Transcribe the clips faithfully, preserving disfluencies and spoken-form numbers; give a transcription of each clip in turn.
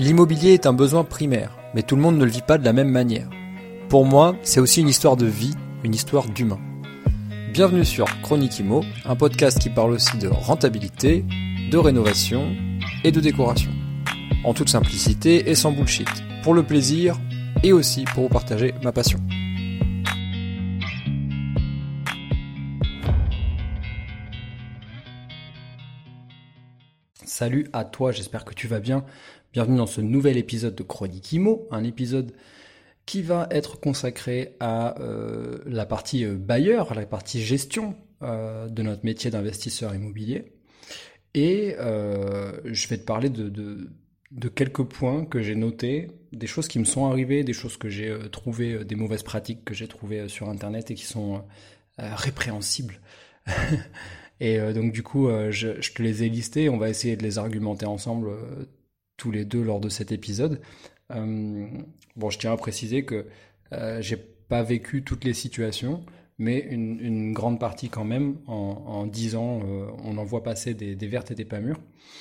L'immobilier est un besoin primaire, mais tout le monde ne le vit pas de la même manière. Pour moi, c'est aussi une histoire de vie, une histoire d'humain. Bienvenue sur Chronique Immo, un podcast qui parle aussi de rentabilité, de rénovation et de décoration. En toute simplicité et sans bullshit, pour le plaisir et aussi pour vous partager ma passion. Salut à toi, j'espère que tu vas bien. Bienvenue dans ce nouvel épisode de Chronique Immo, un épisode qui va être consacré à euh, la partie euh, bailleur, à la partie gestion euh, de notre métier d'investisseur immobilier. Et euh, je vais te parler de, de, de quelques points que j'ai notés, des choses qui me sont arrivées, des choses que j'ai euh, trouvées, euh, des mauvaises pratiques que j'ai trouvées euh, sur Internet et qui sont euh, répréhensibles. Et euh, donc du coup, euh, je, je te les ai listées, on va essayer de les argumenter ensemble euh, tous les deux lors de cet épisode. Euh, bon, je tiens à préciser que euh, j'ai pas vécu toutes les situations, mais une, une grande partie quand même. En, en dix ans, euh, on en voit passer des, des vertes et des pas mûres.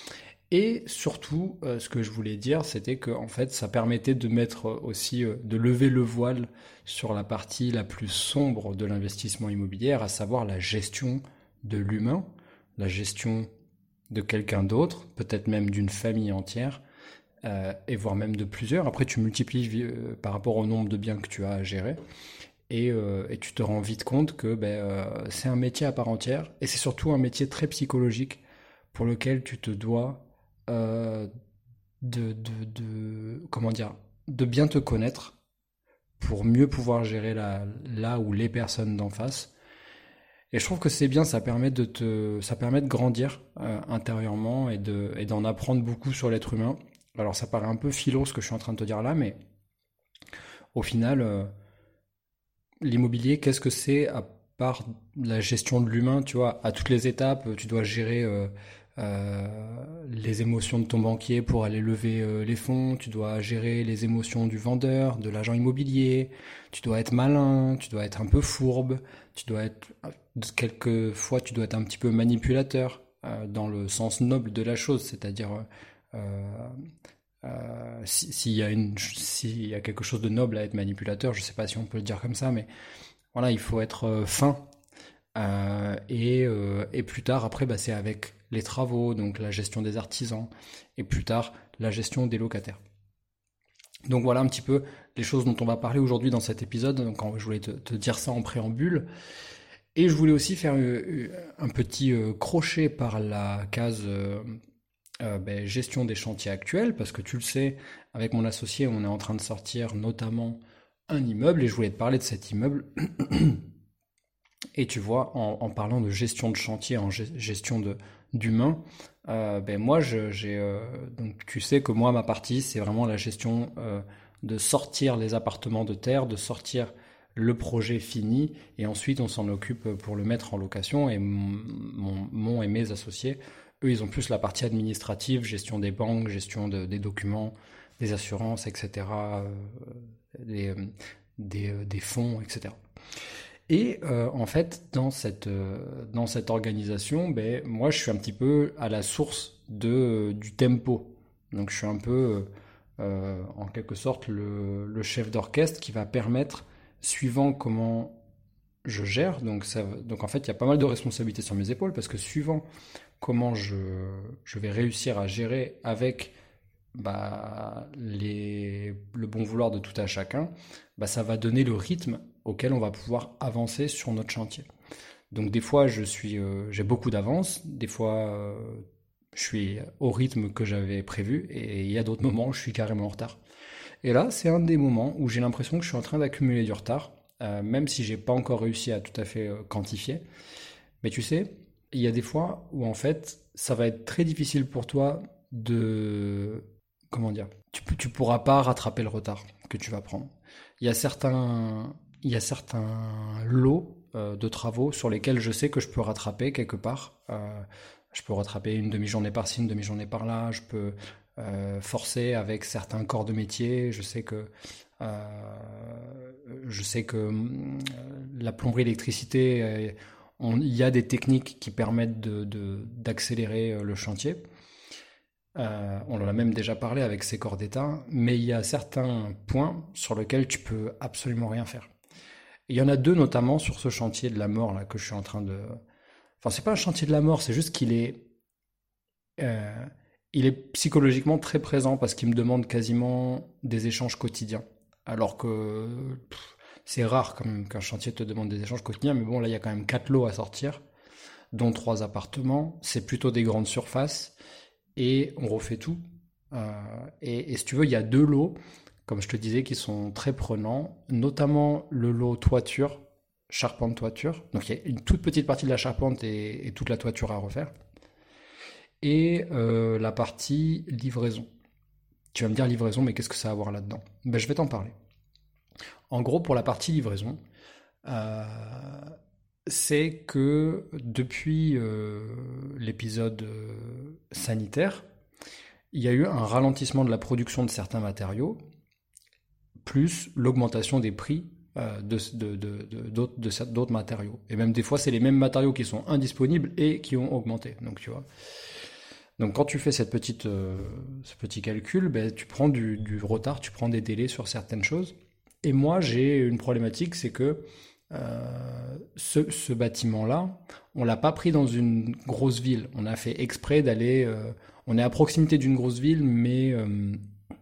Et surtout, euh, ce que je voulais dire, c'était que en fait, ça permettait de mettre aussi, euh, de lever le voile sur la partie la plus sombre de l'investissement immobilier, à savoir la gestion de l'humain, la gestion de quelqu'un d'autre, peut-être même d'une famille entière, euh, et voire même de plusieurs. Après, tu multiplies euh, par rapport au nombre de biens que tu as à gérer, et, euh, et tu te rends vite compte que ben, euh, c'est un métier à part entière, et c'est surtout un métier très psychologique pour lequel tu te dois euh, de, de, de, comment dire, de bien te connaître pour mieux pouvoir gérer la, là ou les personnes d'en face. Et je trouve que c'est bien, ça permet de te, ça permet de grandir euh, intérieurement et de, et d'en apprendre beaucoup sur l'être humain. Alors ça paraît un peu philo ce que je suis en train de te dire là, mais au final, euh, l'immobilier, qu'est-ce que c'est à part la gestion de l'humain, tu vois, à toutes les étapes, tu dois gérer euh, euh, les émotions de ton banquier pour aller lever euh, les fonds, tu dois gérer les émotions du vendeur, de l'agent immobilier, tu dois être malin, tu dois être un peu fourbe, tu dois être, quelquefois, tu dois être un petit peu manipulateur euh, dans le sens noble de la chose, c'est-à-dire euh, euh, si- s'il y a une, s'il y a quelque chose de noble à être manipulateur, je sais pas si on peut le dire comme ça, mais voilà, il faut être euh, fin. Euh, et, euh, et plus tard, après, bah, c'est avec les travaux, donc la gestion des artisans, et plus tard, la gestion des locataires. Donc voilà un petit peu les choses dont on va parler aujourd'hui dans cet épisode. Donc je voulais te, te dire ça en préambule. Et je voulais aussi faire un petit euh, crochet par la case euh, euh, ben, gestion des chantiers actuels, parce que tu le sais, avec mon associé, on est en train de sortir notamment un immeuble, et je voulais te parler de cet immeuble. Et tu vois, en, en parlant de gestion de chantier, en ge- gestion de, d'humain, euh, ben moi, je, j'ai, euh, donc tu sais que moi, ma partie, c'est vraiment la gestion euh, de sortir les appartements de terre, de sortir le projet fini, et ensuite on s'en occupe pour le mettre en location. Et mon, mon, mon et mes associés, eux, ils ont plus la partie administrative, gestion des banques, gestion de, des documents, des assurances, et cetera, euh, des, des, des fonds, et cetera. Et euh, en fait, dans cette, euh, dans cette organisation, ben, moi, je suis un petit peu à la source de, du tempo. Donc, je suis un peu, euh, en quelque sorte, le, le chef d'orchestre qui va permettre, suivant comment je gère, donc, ça, donc en fait, il y a pas mal de responsabilités sur mes épaules, parce que suivant comment je, je vais réussir à gérer avec bah, les, le bon vouloir de tout à chacun, bah, ça va donner le rythme auquel on va pouvoir avancer sur notre chantier. Donc des fois, je suis, euh, j'ai beaucoup d'avance, des fois, euh, je suis au rythme que j'avais prévu, et il y a d'autres moments où je suis carrément en retard. Et là, c'est un des moments où j'ai l'impression que je suis en train d'accumuler du retard, euh, même si j'ai pas encore réussi à tout à fait euh, quantifier. Mais tu sais, il y a des fois où en fait, ça va être très difficile pour toi de, comment dire, tu, tu pourras pas rattraper le retard que tu vas prendre. Il y a certains, il y a certains lots euh, de travaux sur lesquels je sais que je peux rattraper quelque part. Euh, je peux rattraper une demi-journée par-ci, une demi-journée par-là. Je peux euh, forcer avec certains corps de métier. Je sais que euh, je sais que euh, la plomberie, l'électricité, euh, on- il y a des techniques qui permettent de, de- d'accélérer euh, le chantier. Euh, on en a même déjà parlé avec ces corps d'état, mais il y a certains points sur lesquels tu peux absolument rien faire. Il y en a deux notamment sur ce chantier de la mort là que je suis en train de. Enfin, c'est pas un chantier de la mort, c'est juste qu'il est, euh, il est psychologiquement très présent parce qu'il me demande quasiment des échanges quotidiens. Alors que pff, c'est rare quand même qu'un chantier te demande des échanges quotidiens, mais bon là il y a quand même quatre lots à sortir, dont trois appartements. C'est plutôt des grandes surfaces et on refait tout. Euh, et, et si tu veux, il y a deux lots, comme je te disais, qui sont très prenants, notamment le lot toiture, charpente toiture. Donc il y a une toute petite partie de la charpente et, et toute la toiture à refaire. Et euh, la partie livraison. Tu vas me dire livraison, mais qu'est-ce que ça a à voir là-dedans? Ben, je vais t'en parler. En gros, pour la partie livraison, euh, c'est que depuis euh, l'épisode euh, sanitaire, il y a eu un ralentissement de la production de certains matériaux, plus l'augmentation des prix euh, de, de, de, de, d'autres, de, d'autres matériaux. Et même des fois, c'est les mêmes matériaux qui sont indisponibles et qui ont augmenté. Donc, tu vois. Donc, quand tu fais cette petite, euh, ce petit calcul, ben, tu prends du, du retard, tu prends des délais sur certaines choses. Et moi, j'ai une problématique, c'est que euh, ce, ce bâtiment-là, on l'a pas pris dans une grosse ville. On a fait exprès d'aller. Euh, on est à proximité d'une grosse ville, mais euh,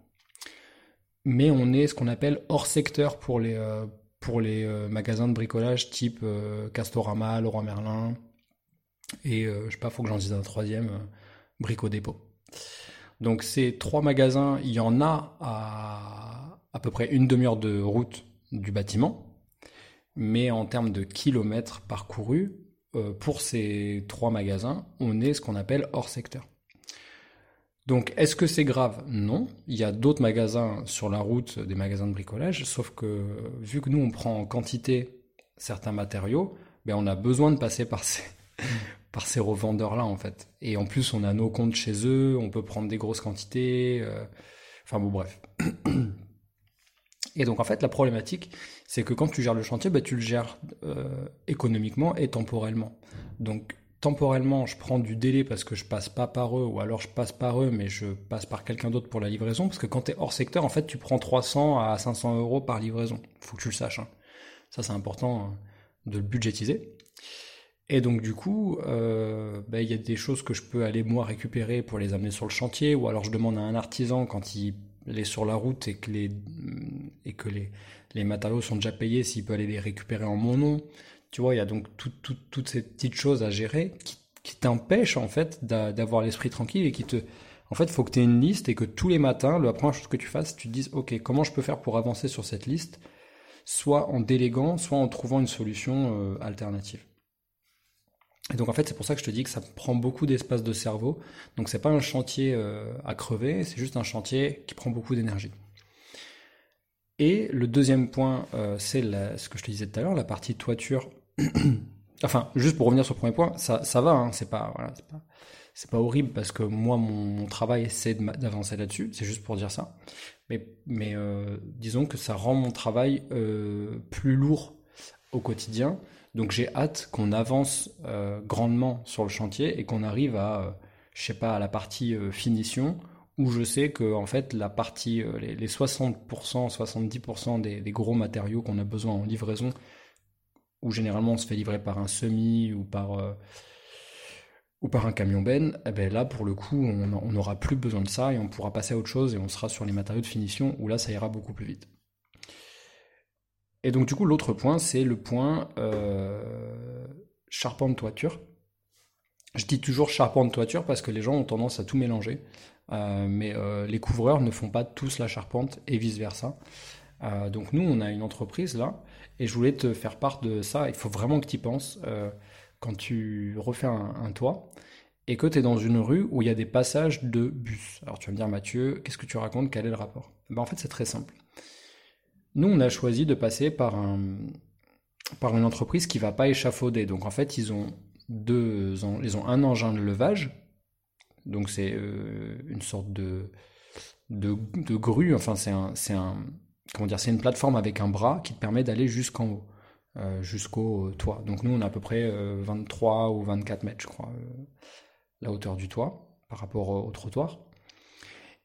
mais on est ce qu'on appelle hors secteur pour les euh, pour les euh, magasins de bricolage type euh, Castorama, Leroy Merlin et euh, je sais pas, faut que j'en dise un troisième, euh, Brico Dépôt. Donc ces trois magasins, il y en a à à peu près une demi-heure de route du bâtiment. Mais en termes de kilomètres parcourus, euh, pour ces trois magasins, on est ce qu'on appelle hors secteur. Donc, est-ce que c'est grave? Non. Il y a d'autres magasins sur la route, des magasins de bricolage, sauf que vu que nous, on prend en quantité certains matériaux, ben, on a besoin de passer par ces, par ces revendeurs-là, en fait. Et en plus, on a nos comptes chez eux, on peut prendre des grosses quantités. Euh, enfin bon, bref. Et donc en fait la problématique c'est que quand tu gères le chantier, bah, tu le gères euh, économiquement et temporellement. Donc temporellement je prends du délai parce que je passe pas par eux ou alors je passe par eux mais je passe par quelqu'un d'autre pour la livraison parce que quand tu es hors secteur en fait tu prends trois cents à cinq cents euros par livraison. Faut que tu le saches. Hein. Ça c'est important hein, de le budgétiser. Et donc du coup, euh, bah, y a des choses que je peux aller moi récupérer pour les amener sur le chantier ou alors je demande à un artisan quand il est sur la route et que les, et que les, les matériaux sont déjà payés, s'il peut aller les récupérer en mon nom. Tu vois, il y a donc tout, tout, toutes ces petites choses à gérer qui, qui t'empêchent en fait d'avoir l'esprit tranquille et qui te... En fait, il faut que tu aies une liste et que tous les matins, la première chose que tu fasses, tu te dises, ok, comment je peux faire pour avancer sur cette liste, soit en déléguant, soit en trouvant une solution euh, alternative. Et donc en fait c'est pour ça que je te dis que ça prend beaucoup d'espace de cerveau. Donc c'est pas un chantier euh, à crever, c'est juste un chantier qui prend beaucoup d'énergie. Et le deuxième point, euh, c'est la, ce que je te disais tout à l'heure, la partie toiture. Enfin, juste pour revenir sur le premier point, ça, ça va, hein, c'est pas, voilà, c'est pas, c'est pas horrible parce que moi mon, mon travail c'est d'avancer là-dessus, c'est juste pour dire ça. Mais, mais euh, disons que ça rend mon travail euh, plus lourd au quotidien. Donc j'ai hâte qu'on avance euh, grandement sur le chantier et qu'on arrive à, euh, je sais pas, à la partie euh, finition où je sais que en fait la partie, euh, les, les soixante pour cent, soixante-dix pour cent des, des gros matériaux qu'on a besoin en livraison, où généralement on se fait livrer par un semi ou par euh, ou par un camion ben, eh ben là pour le coup on n'aura plus besoin de ça et on pourra passer à autre chose et on sera sur les matériaux de finition où là ça ira beaucoup plus vite. Et donc du coup l'autre point c'est le point euh, charpente toiture. Je dis toujours charpente toiture parce que les gens ont tendance à tout mélanger, Euh, mais euh, les couvreurs ne font pas tous la charpente et vice versa. Euh, donc nous on a une entreprise là et je voulais te faire part de ça. Il faut vraiment que tu y penses euh, quand tu refais un, un toit et que tu es dans une rue où il y a des passages de bus. Alors tu vas me dire Mathieu, qu'est-ce que tu racontes? Quel est le rapport? Ben, en fait c'est très simple. Nous, on a choisi de passer par, un, par une entreprise qui ne va pas échafauder. Donc, en fait, ils ont, deux, ils ont un engin de levage. Donc, c'est euh, une sorte de, de, de grue. Enfin, c'est un, c'est un, comment dire, c'est une plateforme avec un bras qui te permet d'aller jusqu'en haut, euh, jusqu'au toit. Donc, nous, on a à peu près euh, vingt-trois ou vingt-quatre mètres, je crois, euh, la hauteur du toit par rapport au, au trottoir.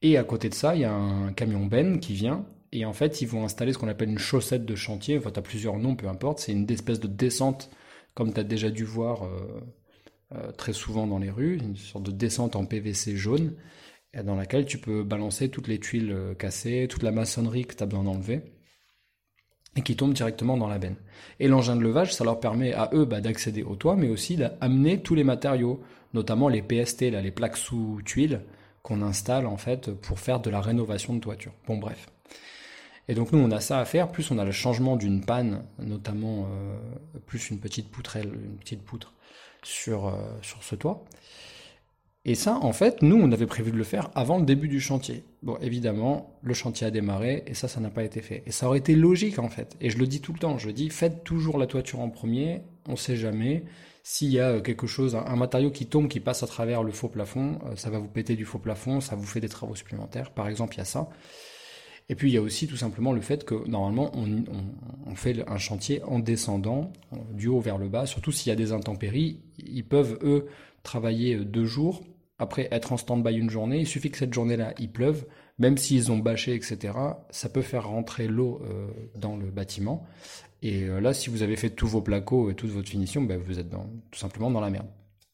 Et à côté de ça, il y a un camion Ben qui vient. Et en fait, ils vont installer ce qu'on appelle une chaussette de chantier. Enfin, tu as plusieurs noms, peu importe. C'est une espèce de descente, comme tu as déjà dû voir euh, euh, très souvent dans les rues. Une sorte de descente en P V C jaune, dans laquelle tu peux balancer toutes les tuiles euh, cassées, toute la maçonnerie que tu as besoin d'enlever, et qui tombe directement dans la benne. Et l'engin de levage, ça leur permet à eux bah, d'accéder au toit, mais aussi d'amener tous les matériaux, notamment les P S T, là, les plaques sous tuiles, qu'on installe en fait pour faire de la rénovation de toiture. Bon bref. Et donc nous on a ça à faire, plus on a le changement d'une panne, notamment euh, plus une petite poutrelle, une petite poutre sur, euh, sur ce toit. Et ça, en fait, nous, on avait prévu de le faire avant le début du chantier. Bon, évidemment, le chantier a démarré et ça, ça n'a pas été fait. Et ça aurait été logique, en fait. Et je le dis tout le temps, je dis, faites toujours la toiture en premier, on ne sait jamais. S'il y a quelque chose, un matériau qui tombe, qui passe à travers le faux plafond, ça va vous péter du faux plafond, ça vous fait des travaux supplémentaires. Par exemple, il y a ça. Et puis, il y a aussi tout simplement le fait que, normalement, on, on, on fait un chantier en descendant, du haut vers le bas. Surtout s'il y a des intempéries, ils peuvent, eux, travailler deux jours, après être en stand-by une journée. Il suffit que cette journée-là, il pleuve, même s'ils ont bâché, et cetera, ça peut faire rentrer l'eau euh, dans le bâtiment. Et euh, là, si vous avez fait tous vos placos et toute votre finition, ben, vous êtes dans, tout simplement dans la merde.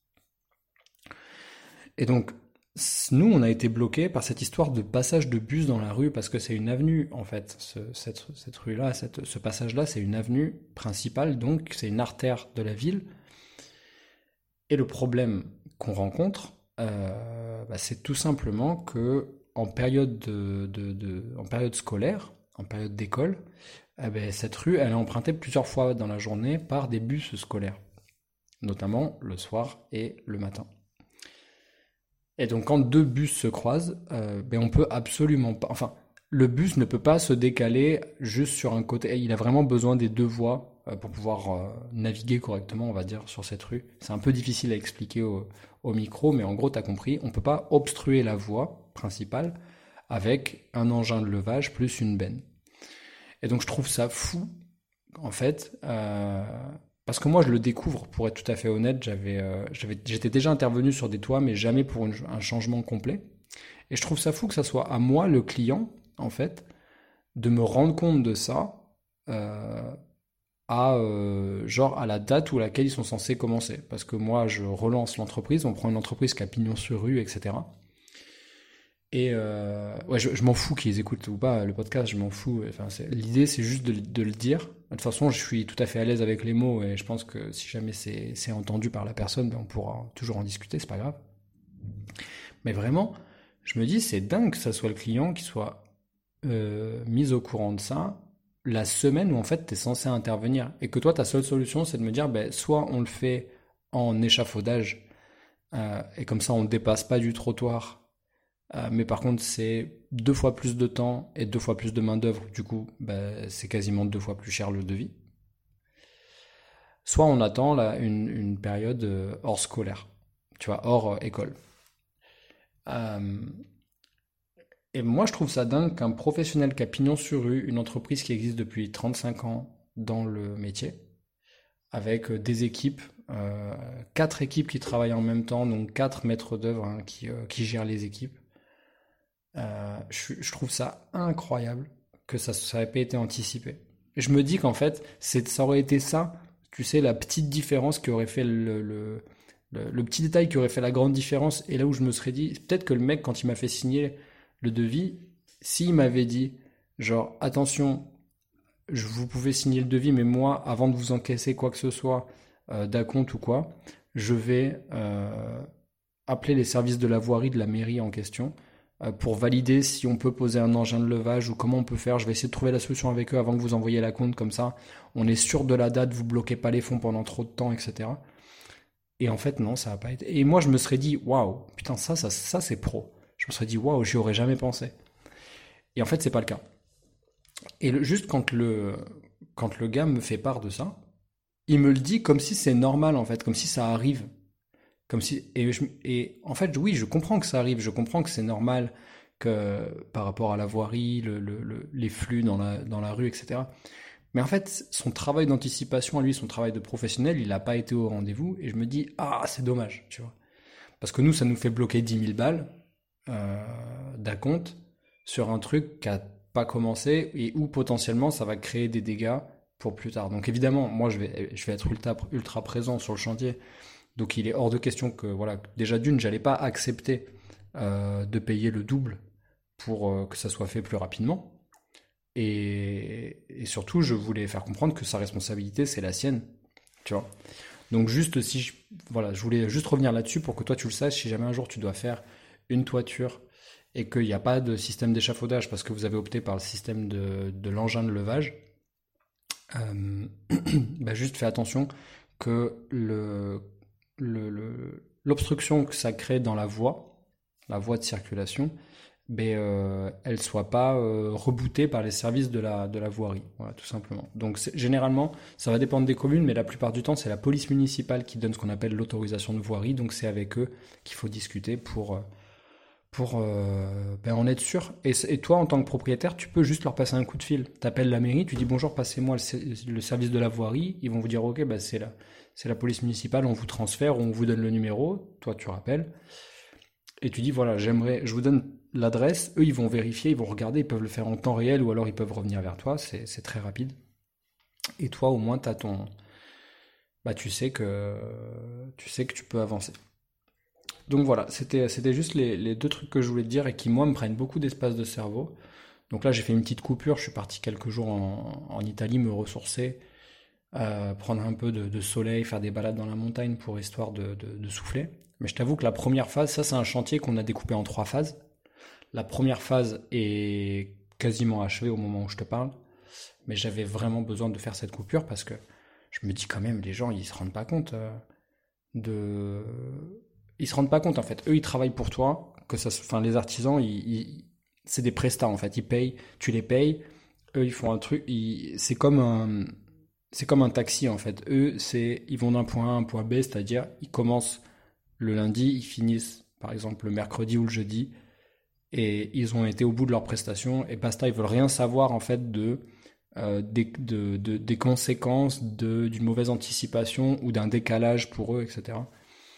Et donc, nous, on a été bloqués par cette histoire de passage de bus dans la rue, parce que c'est une avenue, en fait. Ce, cette, cette rue-là, cette, ce passage-là, c'est une avenue principale, donc c'est une artère de la ville. Et le problème qu'on rencontre, euh, bah, c'est tout simplement que en période, de, de, de, en période scolaire, en période d'école, eh ben, cette rue, elle est empruntée plusieurs fois dans la journée par des bus scolaires, notamment le soir et le matin. Et donc quand deux bus se croisent, euh, ben, on peut absolument pas... Enfin, le bus ne peut pas se décaler juste sur un côté. Il a vraiment besoin des deux voies pour pouvoir euh, naviguer correctement, on va dire, sur cette rue. C'est un peu difficile à expliquer au, au micro, mais en gros, tu as compris, on ne peut pas obstruer la voie principale avec un engin de levage plus une benne. Et donc, je trouve ça fou, en fait, euh, parce que moi, je le découvre, pour être tout à fait honnête, j'avais, euh, j'avais, j'étais déjà intervenu sur des toits, mais jamais pour une, un changement complet. Et je trouve ça fou que ça soit à moi, le client, en fait, de me rendre compte de ça, euh, à euh, genre à la date où laquelle ils sont censés commencer. Parce que moi, je relance l'entreprise, on prend une entreprise qui a pignon sur rue, et cetera. Et euh, ouais, je, je m'en fous qu'ils écoutent ou pas le podcast, je m'en fous. Enfin, c'est, l'idée, c'est juste de, de le dire. De toute façon, je suis tout à fait à l'aise avec les mots et je pense que si jamais c'est, c'est entendu par la personne, ben on pourra toujours en discuter, c'est pas grave. Mais vraiment, je me dis, c'est dingue que ça soit le client qui soit euh, mis au courant de ça la semaine où en fait tu es censé intervenir et que toi ta seule solution c'est de me dire ben, soit on le fait en échafaudage euh, et comme ça on ne dépasse pas du trottoir euh, mais par contre c'est deux fois plus de temps et deux fois plus de main d'œuvre, du coup ben, c'est quasiment deux fois plus cher le devis, soit on attend là, une, une période euh, hors scolaire, tu vois, hors euh, école. euh, Et moi, je trouve ça dingue qu'un professionnel qui a pignon sur rue, une entreprise qui existe depuis trente-cinq ans dans le métier, avec des équipes, euh, quatre équipes qui travaillent en même temps, donc quatre maîtres d'œuvre hein, qui, euh, qui gèrent les équipes. Euh, je, je trouve ça incroyable que ça n'ait pas été anticipé. Et je me dis qu'en fait, c'est, ça aurait été ça, tu sais, la petite différence qui aurait fait le, le, le, le petit détail qui aurait fait la grande différence. Et là où je me serais dit, peut-être que le mec, quand il m'a fait signer le devis, s'il m'avait dit, genre, attention, je, vous pouvez signer le devis, mais moi, avant de vous encaisser quoi que ce soit, euh, d'acompte ou quoi, je vais euh, appeler les services de la voirie de la mairie en question euh, pour valider si on peut poser un engin de levage ou comment on peut faire. Je vais essayer de trouver la solution avec eux avant que vous envoyiez la compte, comme ça, on est sûr de la date, vous bloquez pas les fonds pendant trop de temps, et cetera. Et en fait, non, ça n'a pas été. Et moi, je me serais dit, waouh, putain, ça, ça, ça, c'est pro. Je me serais dit, waouh, j'y aurais jamais pensé. Et en fait, c'est pas le cas. Et le, juste quand le, quand le gars me fait part de ça, il me le dit comme si c'est normal, en fait, comme si ça arrive. Comme si, et, je, et en fait, oui, je comprends que ça arrive, je comprends que c'est normal que par rapport à la voirie, le, le, le, les flux dans la, dans la rue, et cetera. Mais en fait, son travail d'anticipation à lui, son travail de professionnel, il n'a pas été au rendez-vous. Et je me dis, ah, c'est dommage, tu vois. Parce que nous, ça nous fait bloquer dix mille balles. euh, d'acompte sur un truc qui n'a pas commencé et où potentiellement ça va créer des dégâts pour plus tard. Donc évidemment, moi je vais, je vais être ultra, ultra présent sur le chantier. Donc il est hors de question que, voilà, déjà d'une, j'allais pas accepter euh, de payer le double pour euh, que ça soit fait plus rapidement. Et, et surtout, je voulais faire comprendre que sa responsabilité, c'est la sienne. Tu vois. Donc juste si je, voilà, je voulais juste revenir là-dessus pour que toi tu le saches, si jamais un jour tu dois faire une toiture et qu'il n'y a pas de système d'échafaudage parce que vous avez opté par le système de, de l'engin de levage, euh, bah juste fais attention que le, le, le- l'obstruction que ça crée dans la voie, la voie de circulation, ben, euh, elle soit pas euh, rebootée par les services de la, de la voirie, voilà, tout simplement. Donc c'est- généralement, ça va dépendre des communes, mais la plupart du temps, c'est la police municipale qui donne ce qu'on appelle l'autorisation de voirie, donc c'est avec eux qu'il faut discuter pour, euh, pour euh, ben, en être sûr. Et, c- et toi, en tant que propriétaire, tu peux juste leur passer un coup de fil. Tu appelles la mairie, tu dis bonjour, passez-moi le, ser- le service de la voirie, ils vont vous dire ok, ben, c'est la, c'est la police municipale, on vous transfère, on vous donne le numéro, toi tu rappelles. Et tu dis, voilà, j'aimerais, je vous donne l'adresse, eux ils vont vérifier, ils vont regarder, ils peuvent le faire en temps réel ou alors ils peuvent revenir vers toi, c'est c'est très rapide. Et toi au moins t'as ton, bah tu sais que tu sais que tu peux avancer. Donc voilà, c'était c'était juste les, les deux trucs que je voulais te dire et qui moi me prennent beaucoup d'espace de cerveau. Donc là j'ai fait une petite coupure, je suis parti quelques jours en, en Italie me ressourcer, euh, prendre un peu de, de soleil, faire des balades dans la montagne pour histoire de, de, de souffler. Mais je t'avoue que la première phase, ça c'est un chantier qu'on a découpé en trois phases. La première phase est quasiment achevée au moment où je te parle, mais j'avais vraiment besoin de faire cette coupure parce que je me dis quand même, les gens, ils se rendent pas compte euh, de... Ils se rendent pas compte en fait. Eux, ils travaillent pour toi, que ça, enfin, les artisans, ils, ils- c'est des prestats en fait. Ils payent, tu les payes. Eux, ils font un truc. ils- C'est comme un, c'est comme un taxi en fait. Eux, c'est, ils vont d'un point A à un point B, c'est-à-dire ils commencent le lundi, ils finissent par exemple le mercredi ou le jeudi et ils ont été au bout de leur prestation et basta, ils veulent rien savoir en fait de, euh, des, de, de- des conséquences de, d'une mauvaise anticipation ou d'un décalage pour eux, et cetera.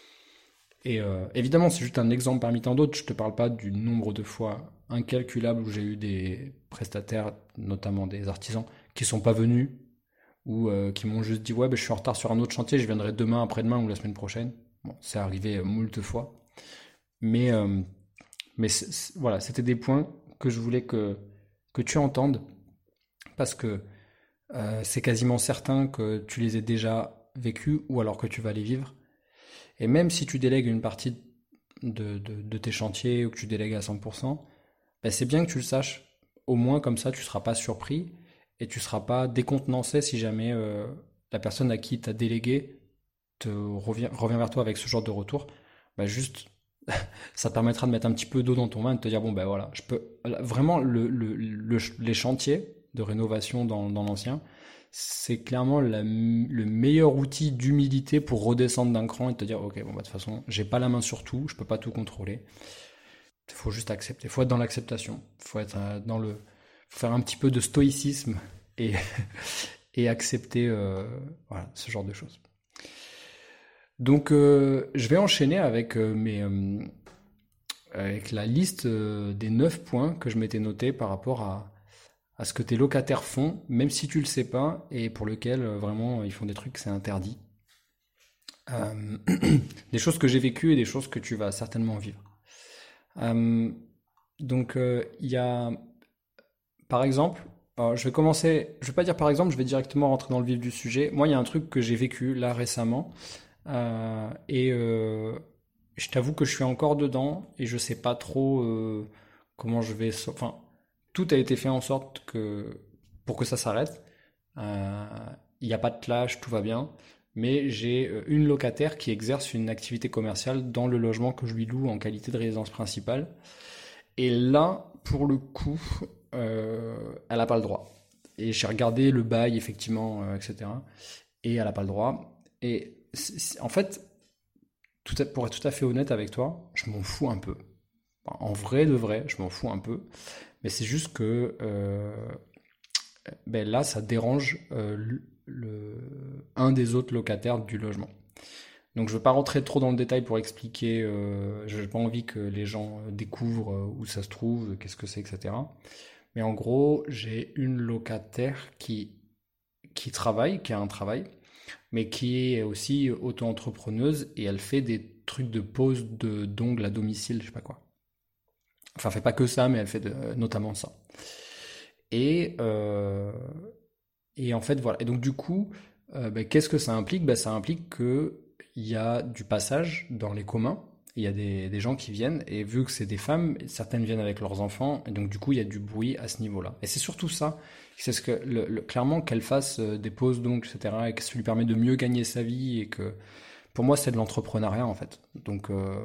Et euh, évidemment, c'est juste un exemple parmi tant d'autres. Je te parle pas du nombre de fois incalculable où j'ai eu des prestataires, notamment des artisans, qui sont pas venus ou euh, qui m'ont juste dit ouais, ben, je suis en retard sur un autre chantier, je viendrai demain, après-demain ou la semaine prochaine. Bon, c'est arrivé euh, moult fois, mais euh, mais c'est- c'est- voilà, c'était des points que je voulais que, que tu entendes parce que euh, c'est quasiment certain que tu les aies déjà vécus ou alors que tu vas les vivre. Et même si tu délègues une partie de, de- de tes chantiers ou que tu délègues à cent pour cent, ben c'est bien que tu le saches. Au moins comme ça, tu ne seras pas surpris et tu ne seras pas décontenancé si jamais euh, la personne à qui tu as délégué te revient, revient vers toi avec ce genre de retour. Ben juste ça te permettra de mettre un petit peu d'eau dans ton vin et de te dire bon ben voilà, je peux vraiment le, le- le- les chantiers de rénovation dans, dans l'ancien, c'est clairement la- le meilleur outil d'humilité pour redescendre d'un cran et te dire ok bon bah de toute façon j'ai pas la main sur tout, je peux pas tout contrôler, il faut juste accepter, il faut être dans l'acceptation, il faut être euh, dans le, faut faire un petit peu de stoïcisme et, et accepter euh, voilà, ce genre de choses. Donc euh, je vais enchaîner avec euh, mes, euh, avec la liste euh, des neuf points que je m'étais noté par rapport à, à ce que tes locataires font, même si tu le sais pas, et pour lequel euh, vraiment ils font des trucs, c'est interdit. Euh, des choses que j'ai vécues et des choses que tu vas certainement vivre. Euh, donc euh, il y a, par exemple, alors, je vais commencer, je vais pas dire par exemple, je vais directement rentrer dans le vif du sujet. Moi, il y a un truc que j'ai vécu là récemment, euh, et euh, je t'avoue que je suis encore dedans et je sais pas trop euh, comment je vais. so- Enfin, tout a été fait en sorte que pour que ça s'arrête. Euh, Il n'y a pas de clash, tout va bien. Mais j'ai euh, une locataire qui exerce une activité commerciale dans le logement que je lui loue en qualité de résidence principale. Et là, pour le coup, euh, elle n'a pas le droit. Et j'ai regardé le bail, effectivement, euh, et cetera. Et elle n'a pas le droit. Et c'est- c'est- en fait, tout à- pour être tout à fait honnête avec toi, je m'en fous un peu. Enfin, en vrai de vrai, je m'en fous un peu. Mais c'est juste que euh, ben là, ça dérange euh, le, le- un des autres locataires du logement. Donc je veux pas rentrer trop dans le détail pour expliquer, euh, j'ai pas envie que les gens découvrent euh, où ça se trouve, qu'est-ce que c'est, et cetera. Mais en gros, j'ai une locataire qui, qui travaille, qui a un travail, mais qui est aussi auto-entrepreneuse et elle fait des trucs de pose de d'ongles à domicile, je sais pas quoi. Enfin, elle fait pas que ça, mais elle fait de- notamment ça. Et, euh, et en fait, voilà. Et donc, du coup, euh, ben, qu'est-ce que ça implique? Ben, ça implique que il y a du passage dans les communs. Il y a des, des gens qui viennent, et vu que c'est des femmes, certaines viennent avec leurs enfants, et donc du coup, il y a du bruit à ce niveau-là. Et c'est surtout ça, c'est ce que, le, le- clairement, qu'elle fasse euh, des pauses donc, et cetera, et que ça lui permet de mieux gagner sa vie, et que, pour moi, c'est de l'entrepreneuriat, en fait. Donc, euh,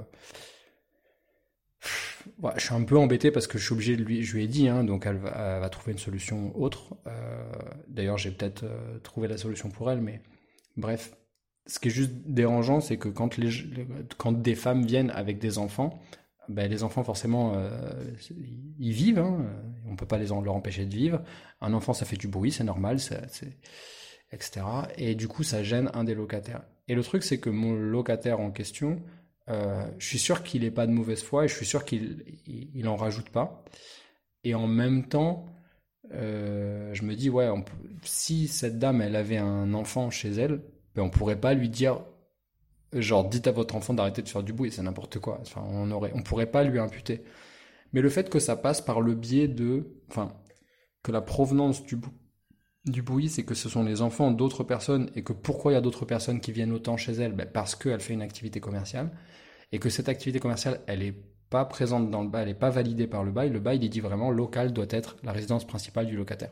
ouais, je suis un peu embêté parce que je suis obligé de lui, je lui ai dit, hein, donc elle va, elle va trouver une solution autre. Euh, d'ailleurs, j'ai peut-être euh, trouvé la solution pour elle, mais bref. Ce qui est juste dérangeant, c'est que quand, les, quand des femmes viennent avec des enfants, ben les enfants forcément, euh, ils vivent, hein, on peut pas les en- leur empêcher de vivre. Un enfant, ça fait du bruit, c'est normal, c'est, c'est- et cetera. Et du coup, ça gêne un des locataires. Et le truc, c'est que mon locataire en question, euh, je suis sûr qu'il n'est pas de mauvaise foi et je suis sûr qu'il il, il en rajoute pas. Et en même temps, euh, je me dis, ouais, on peut- si cette dame, elle avait un enfant chez elle, ben on pourrait pas lui dire, genre, dites à votre enfant d'arrêter de faire du bruit, c'est n'importe quoi. Enfin, on aurait, on pourrait pas lui imputer. Mais le fait que ça passe par le biais de, enfin, que la provenance du, bou- du bruit, c'est que ce sont les enfants d'autres personnes et que pourquoi il y a d'autres personnes qui viennent autant chez elle, ben parce qu'elle fait une activité commerciale et que cette activité commerciale, elle est pas présente dans le bail, elle est pas validée par le bail. Le bail, il dit vraiment local doit être la résidence principale du locataire.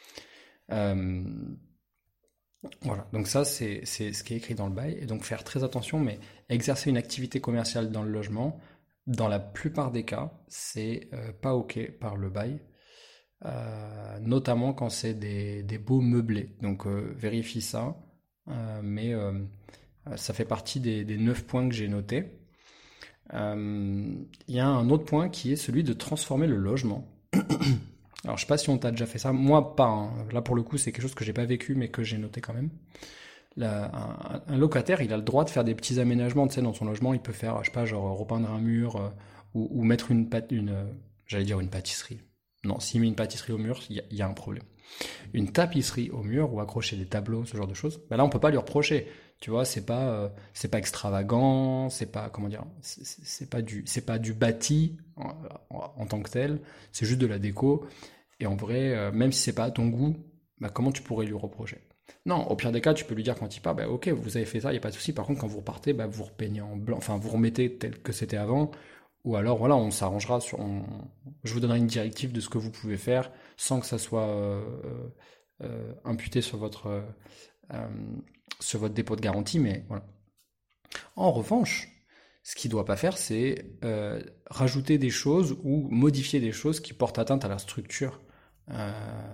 Euh, voilà, donc ça c'est c'est ce qui est écrit dans le bail, et donc faire très attention, mais exercer une activité commerciale dans le logement, dans la plupart des cas, c'est euh, pas ok par le bail, euh, notamment quand c'est des, des beaux meublés. Donc euh, vérifie ça, euh, mais euh, ça fait partie des, des neuf points que j'ai notés. Euh, Il y a un autre point qui est celui de transformer le logement. Alors je sais pas si on t'a déjà fait ça, moi pas, hein. Là pour le coup c'est quelque chose que j'ai pas vécu mais que j'ai noté quand même. La- un, un locataire, il a le droit de faire des petits aménagements, tu sais, dans son logement. Il peut faire, je sais pas, genre repeindre un mur euh, ou, ou mettre une, pâte- une euh, j'allais dire une pâtisserie. Non, s'il met une pâtisserie au mur, il y, a- il y a un problème. Une tapisserie au mur ou accrocher des tableaux, ce genre de choses. Ben là, on peut pas lui reprocher. Tu vois, c'est pas, euh, c'est pas extravagant, c'est pas, comment dire, c'est c'est- c'est pas du, c'est pas du bâti en, en- en tant que tel. C'est juste de la déco. Et en vrai, euh, même si c'est pas à ton goût, bah, comment tu pourrais lui reprocher? Non, au pire des cas, tu peux lui dire quand il part, bah, ok, vous avez fait ça, il n'y a pas de souci. Par contre, quand vous repartez, bah, vous repeignez en blanc, enfin, vous remettez tel que c'était avant. Ou alors, voilà, on s'arrangera sur. on- Je vous donnerai une directive de ce que vous pouvez faire sans que ça soit euh, euh, imputé sur votre, euh, euh, sur votre dépôt de garantie. Mais voilà. En revanche, ce qu'il ne doit pas faire, c'est euh, rajouter des choses ou modifier des choses qui portent atteinte à la structure euh,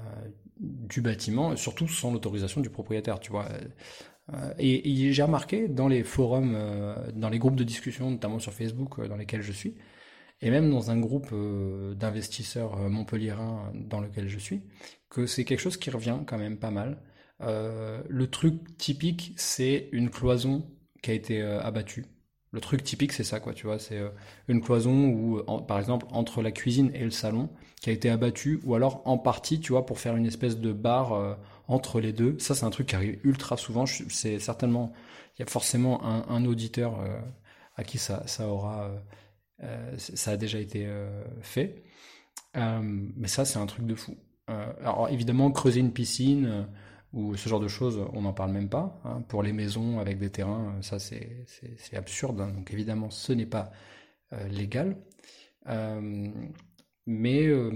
du bâtiment, surtout sans l'autorisation du propriétaire, tu vois. Euh, et, et j'ai remarqué dans les forums, euh, dans les groupes de discussion, notamment sur Facebook, euh, dans lesquels je suis, et même dans un groupe euh, d'investisseurs euh, montpelliérains dans lequel je suis, que c'est quelque chose qui revient quand même pas mal. Euh, le truc typique, c'est une cloison qui a été euh, abattue. Le truc typique, c'est ça, quoi, tu vois, c'est euh, une cloison où, en- par exemple, entre la cuisine et le salon, qui a été abattue, ou alors en partie, tu vois, pour faire une espèce de bar euh, entre les deux. Ça, c'est un truc qui arrive ultra souvent. Je- C'est certainement, il y a forcément un, un auditeur euh, à qui ça, ça aura, euh, euh, ça a déjà été euh, fait. Euh, mais ça, c'est un truc de fou. Euh, alors évidemment, creuser une piscine euh, ou ce genre de choses, on n'en parle même pas, hein. Pour les maisons avec des terrains, euh, ça c'est c'est- c'est absurde, hein. Donc évidemment, ce n'est pas euh, légal. Euh, mais euh,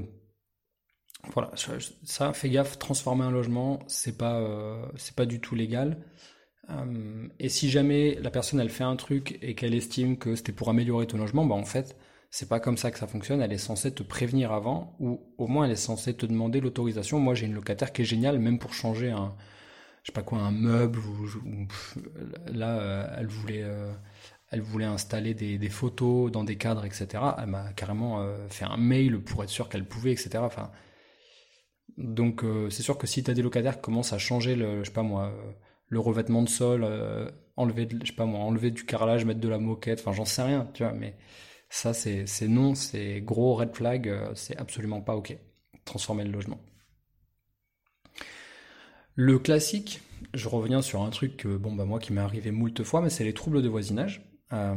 voilà, ça, ça, fais gaffe, transformer un logement, c'est pas, euh, c'est pas du tout légal. Euh, et si jamais la personne elle fait un truc et qu'elle estime que c'était pour améliorer ton logement, bah en fait, c'est pas comme ça que ça fonctionne. Elle est censée te prévenir avant, ou au moins elle est censée te demander l'autorisation. Moi, j'ai une locataire qui est géniale, même pour changer un, je sais pas quoi, un meuble ou, ou- pff, là, euh, elle voulait, euh, elle voulait installer des, des photos dans des cadres, et cetera. Elle m'a carrément euh, fait un mail pour être sûre qu'elle pouvait, et cetera. Enfin, donc euh, c'est sûr que si tu as des locataires qui commencent à changer le, je sais pas moi, euh, le revêtement de sol, euh, enlever, de, je sais pas moi, enlever du carrelage, mettre de la moquette, enfin j'en sais rien, tu vois, mais ça c'est c'est non, c'est gros red flag, euh, c'est absolument pas ok. Transformer le logement. Le classique, je reviens sur un truc que, bon bah moi qui m'est arrivé moult fois, mais c'est les troubles de voisinage. Euh,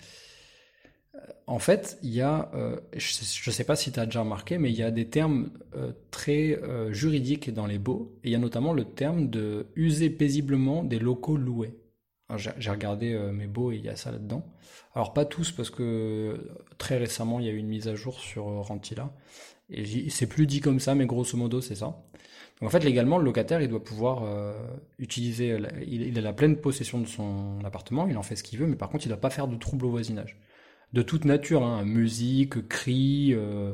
En fait, il y a, euh, je ne sais pas si tu as déjà remarqué, mais il y a des termes euh, très euh, juridiques dans les baux. Et il y a notamment le terme de user paisiblement des locaux loués. Alors, J'ai j'ai regardé euh, mes baux et il y a ça là-dedans. Alors pas tous parce que euh, très récemment il y a eu une mise à jour sur euh, Rentila. Et j'y- c'est plus dit comme ça, mais grosso modo c'est ça. Donc en fait légalement le locataire il doit pouvoir euh, utiliser, la- il, il a la pleine possession de son appartement, il en fait ce qu'il veut, mais par contre il ne doit pas faire de trouble au voisinage de toute nature, hein, musique, cris, euh,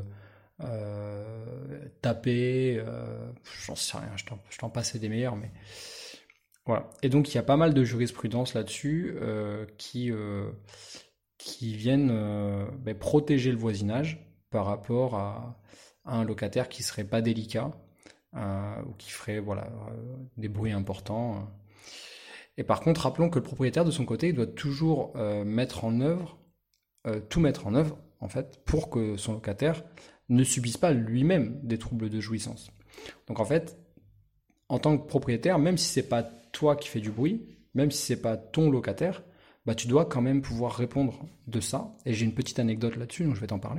euh, taper, euh, j'en sais rien, je t'en, je t'en passe des meilleurs, mais voilà. Et donc il y a pas mal de jurisprudence là-dessus euh, qui, euh, qui viennent euh, ben, protéger le voisinage par rapport à, à un locataire qui serait pas délicat euh, ou qui ferait voilà euh, des bruits importants. Et par contre, rappelons que le propriétaire de son côté il doit toujours euh, mettre en œuvre euh, tout mettre en œuvre, en fait, pour que son locataire ne subisse pas lui-même des troubles de jouissance. Donc en fait, en tant que propriétaire, même si c'est pas toi qui fais du bruit, même si c'est pas ton locataire, bah tu dois quand même pouvoir répondre de ça. Et j'ai une petite anecdote là-dessus, donc je vais t'en parler.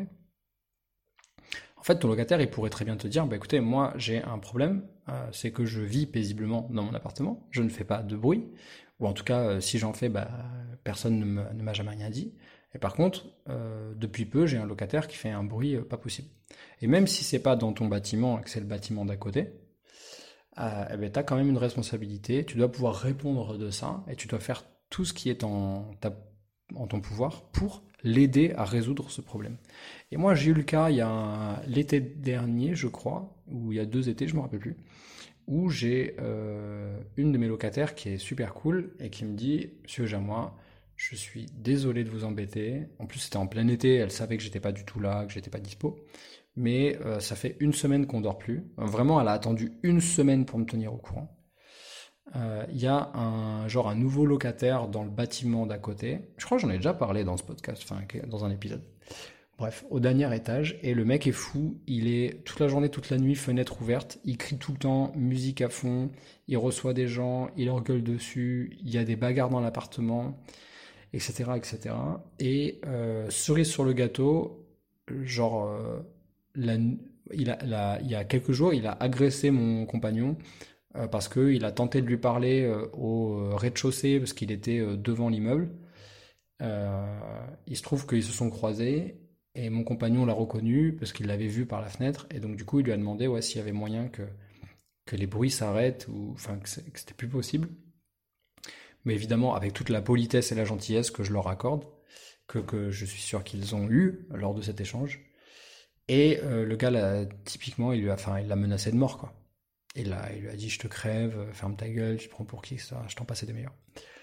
En fait, ton locataire, il pourrait très bien te dire, bah écoutez, moi j'ai un problème, euh, c'est que je vis paisiblement dans mon appartement, je ne fais pas de bruit, ou en tout cas, euh, si j'en fais, bah personne ne me- ne m'a jamais rien dit. Et par contre, euh, depuis peu, j'ai un locataire qui fait un bruit euh, pas possible. Et même si c'est pas dans ton bâtiment, et que c'est le bâtiment d'à côté, euh, eh ben, tu as quand même une responsabilité, tu dois pouvoir répondre de ça, et tu dois faire tout ce qui est en, ta- en ton pouvoir pour l'aider à résoudre ce problème. Et moi, j'ai eu le cas il y a un- l'été dernier, je crois, ou il y a deux étés, je me rappelle plus, où j'ai euh, une de mes locataires qui est super cool et qui me dit, Monsieur Jamois, je suis désolé de vous embêter. En plus, c'était en plein été, elle savait que j'étais pas du tout là, que j'étais pas dispo. Mais euh, ça fait une semaine qu'on dort plus. Vraiment, elle a attendu une semaine pour me tenir au courant. Euh, Il y a un genre un nouveau locataire dans le bâtiment d'à côté. Je crois que j'en ai déjà parlé dans ce podcast, enfin dans un épisode. Bref, au dernier étage, et le mec est fou, il est toute la journée, toute la nuit, fenêtre ouverte, il crie tout le temps, musique à fond, il reçoit des gens, il leur gueule dessus, il y a des bagarres dans l'appartement, et cetera, et cetera. Et euh, cerise sur le gâteau, genre, euh, la- il a, la- il y a quelques jours, il a agressé mon compagnon euh, parce qu'il a tenté de lui parler euh, au euh, rez-de-chaussée parce qu'il était euh, devant l'immeuble. Euh, il se trouve qu'ils se sont croisés et mon compagnon l'a reconnu parce qu'il l'avait vu par la fenêtre et donc du coup il lui a demandé ouais, s'il y avait moyen que, que les bruits s'arrêtent ou enfin que c'est- que c'était plus possible. Mais évidemment avec toute la politesse et la gentillesse que je leur accorde, que, que je suis sûr qu'ils ont eu lors de cet échange. Et euh, le gars là, typiquement il lui a, enfin, il l'a menacé de mort quoi. Et là il lui a dit je te crève, ferme ta gueule, tu te prends pour qui, ça, je t'en passais des meilleurs.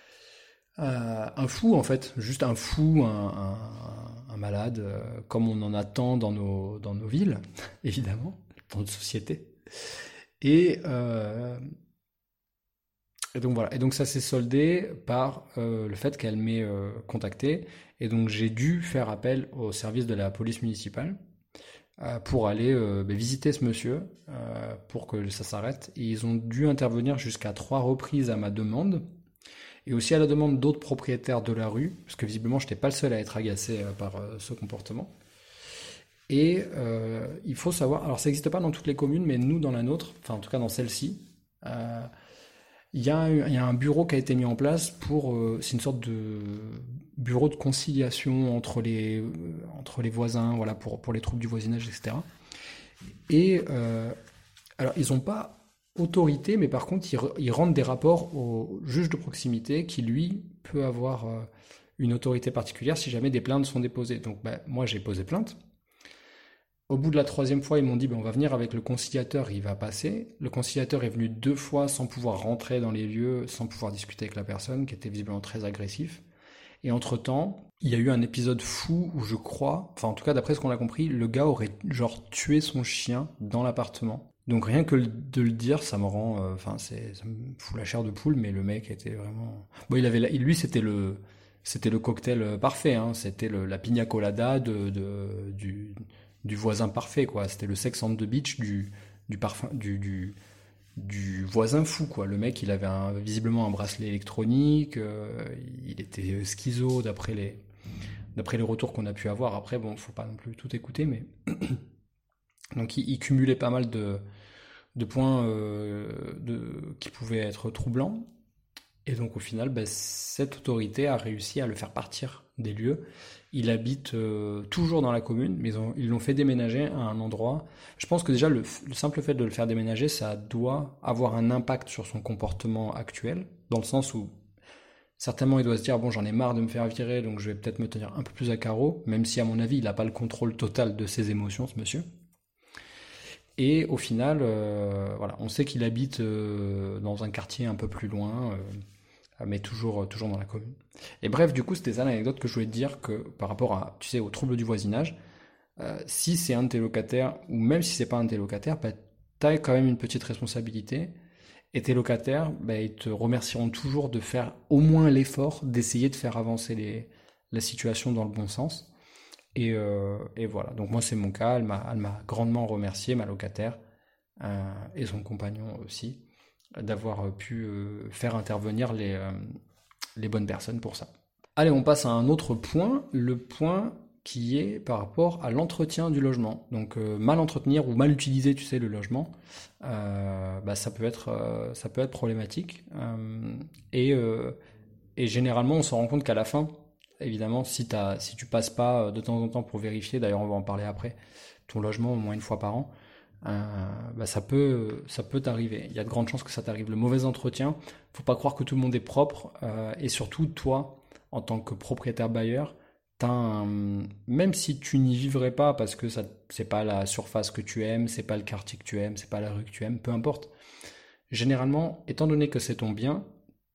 Euh, un fou en fait, juste un fou, un, un- un malade, euh, comme on en attend dans nos, dans nos villes, évidemment, dans notre société. Et, euh, et donc voilà, et donc ça s'est soldé par euh, le fait qu'elle m'ait euh, contacté, et donc j'ai dû faire appel au service de la police municipale euh, pour aller euh, ben, visiter ce monsieur, euh, pour que ça s'arrête. Et ils ont dû intervenir jusqu'à trois reprises à ma demande. Et aussi à la demande d'autres propriétaires de la rue, parce que visiblement je n'étais pas le seul à être agacé euh, par euh, ce comportement. Et euh, il faut savoir, alors ça n'existe pas dans toutes les communes, mais nous dans la nôtre, enfin en tout cas dans celle-ci, euh, il y, a un- il y a un bureau qui a été mis en place pour, euh, c'est une sorte de bureau de conciliation entre les, euh, entre les voisins, voilà, pour, pour les troubles du voisinage, et cetera. Et euh, alors, ils n'ont pas autorité, mais par contre, ils, re- ils rendent des rapports au juge de proximité qui, lui, peut avoir euh, une autorité particulière si jamais des plaintes sont déposées. Donc, bah, moi, j'ai posé plainte. Au bout de la troisième fois, ils m'ont dit, bah, on va venir avec le conciliateur, il va passer. Le conciliateur est venu deux fois sans pouvoir rentrer dans les lieux, sans pouvoir discuter avec la personne, qui était visiblement très agressif. Et entre-temps, il y a eu un épisode fou où je crois, enfin en tout cas d'après ce qu'on a compris, le gars aurait genre tué son chien dans l'appartement. Donc rien que de le dire, ça me rend, euh, enfin c'est, ça me fout la chair de poule. Mais le mec était vraiment, bon, il avait, la- lui c'était le, c'était le cocktail euh, parfait, hein. C'était le- la pina colada de, de- du, du voisin parfait, quoi. C'était le Sex on the Beach du, du parfum, du, du, du voisin fou, quoi. Le mec, il avait un- visiblement un bracelet électronique, euh, il était schizo d'après les, d'après les retours qu'on a pu avoir. Après, bon, faut pas non plus tout écouter, mais donc il, il cumulait pas mal de de points euh, de, qui pouvaient être troublants. Et donc au final, bah, cette autorité a réussi à le faire partir des lieux. Il habite euh, toujours dans la commune, mais ils, ont, ils l'ont fait déménager à un endroit. Je pense que déjà le, le simple fait de le faire déménager, ça doit avoir un impact sur son comportement actuel, dans le sens où certainement il doit se dire, bon, j'en ai marre de me faire virer, donc je vais peut-être me tenir un peu plus à carreau, même si à mon avis il n'a pas le contrôle total de ses émotions, ce monsieur. Et au final, euh, voilà, on sait qu'il habite euh, dans un quartier un peu plus loin, euh, mais toujours, toujours dans la commune. Et bref, du coup, c'était ça l'anecdote que je voulais te dire que par rapport à, tu sais, aux troubles du voisinage, euh, si c'est un de tes locataires, ou même si c'est pas un de tes locataires, bah, tu as quand même une petite responsabilité. Et tes locataires, bah, ils te remercieront toujours de faire au moins l'effort d'essayer de faire avancer les, la situation dans le bon sens. Et, euh, et voilà, donc moi c'est mon cas, elle m'a, elle m'a grandement remercié, ma locataire, euh, et son compagnon aussi, d'avoir pu euh, faire intervenir les, euh, les bonnes personnes pour ça. Allez, on passe à un autre point, le point qui est par rapport à l'entretien du logement. Donc euh, mal entretenir ou mal utiliser, tu sais, le logement, euh, bah, ça peut être, euh, ça peut être problématique. Euh, et, euh, et généralement, on se rend compte qu'à la fin, évidemment, si, t'as, si tu passes pas de temps en temps pour vérifier, d'ailleurs on va en parler après, ton logement au moins une fois par an, euh, bah ça peut, ça peut t'arriver. Il y a de grandes chances que ça t'arrive. Le mauvais entretien, faut pas croire que tout le monde est propre, euh, et surtout toi, en tant que propriétaire bailleur, t'as un- même si tu n'y vivrais pas parce que ça, c'est pas la surface que tu aimes, c'est pas le quartier que tu aimes, c'est pas la rue que tu aimes, peu importe. Généralement, étant donné que c'est ton bien,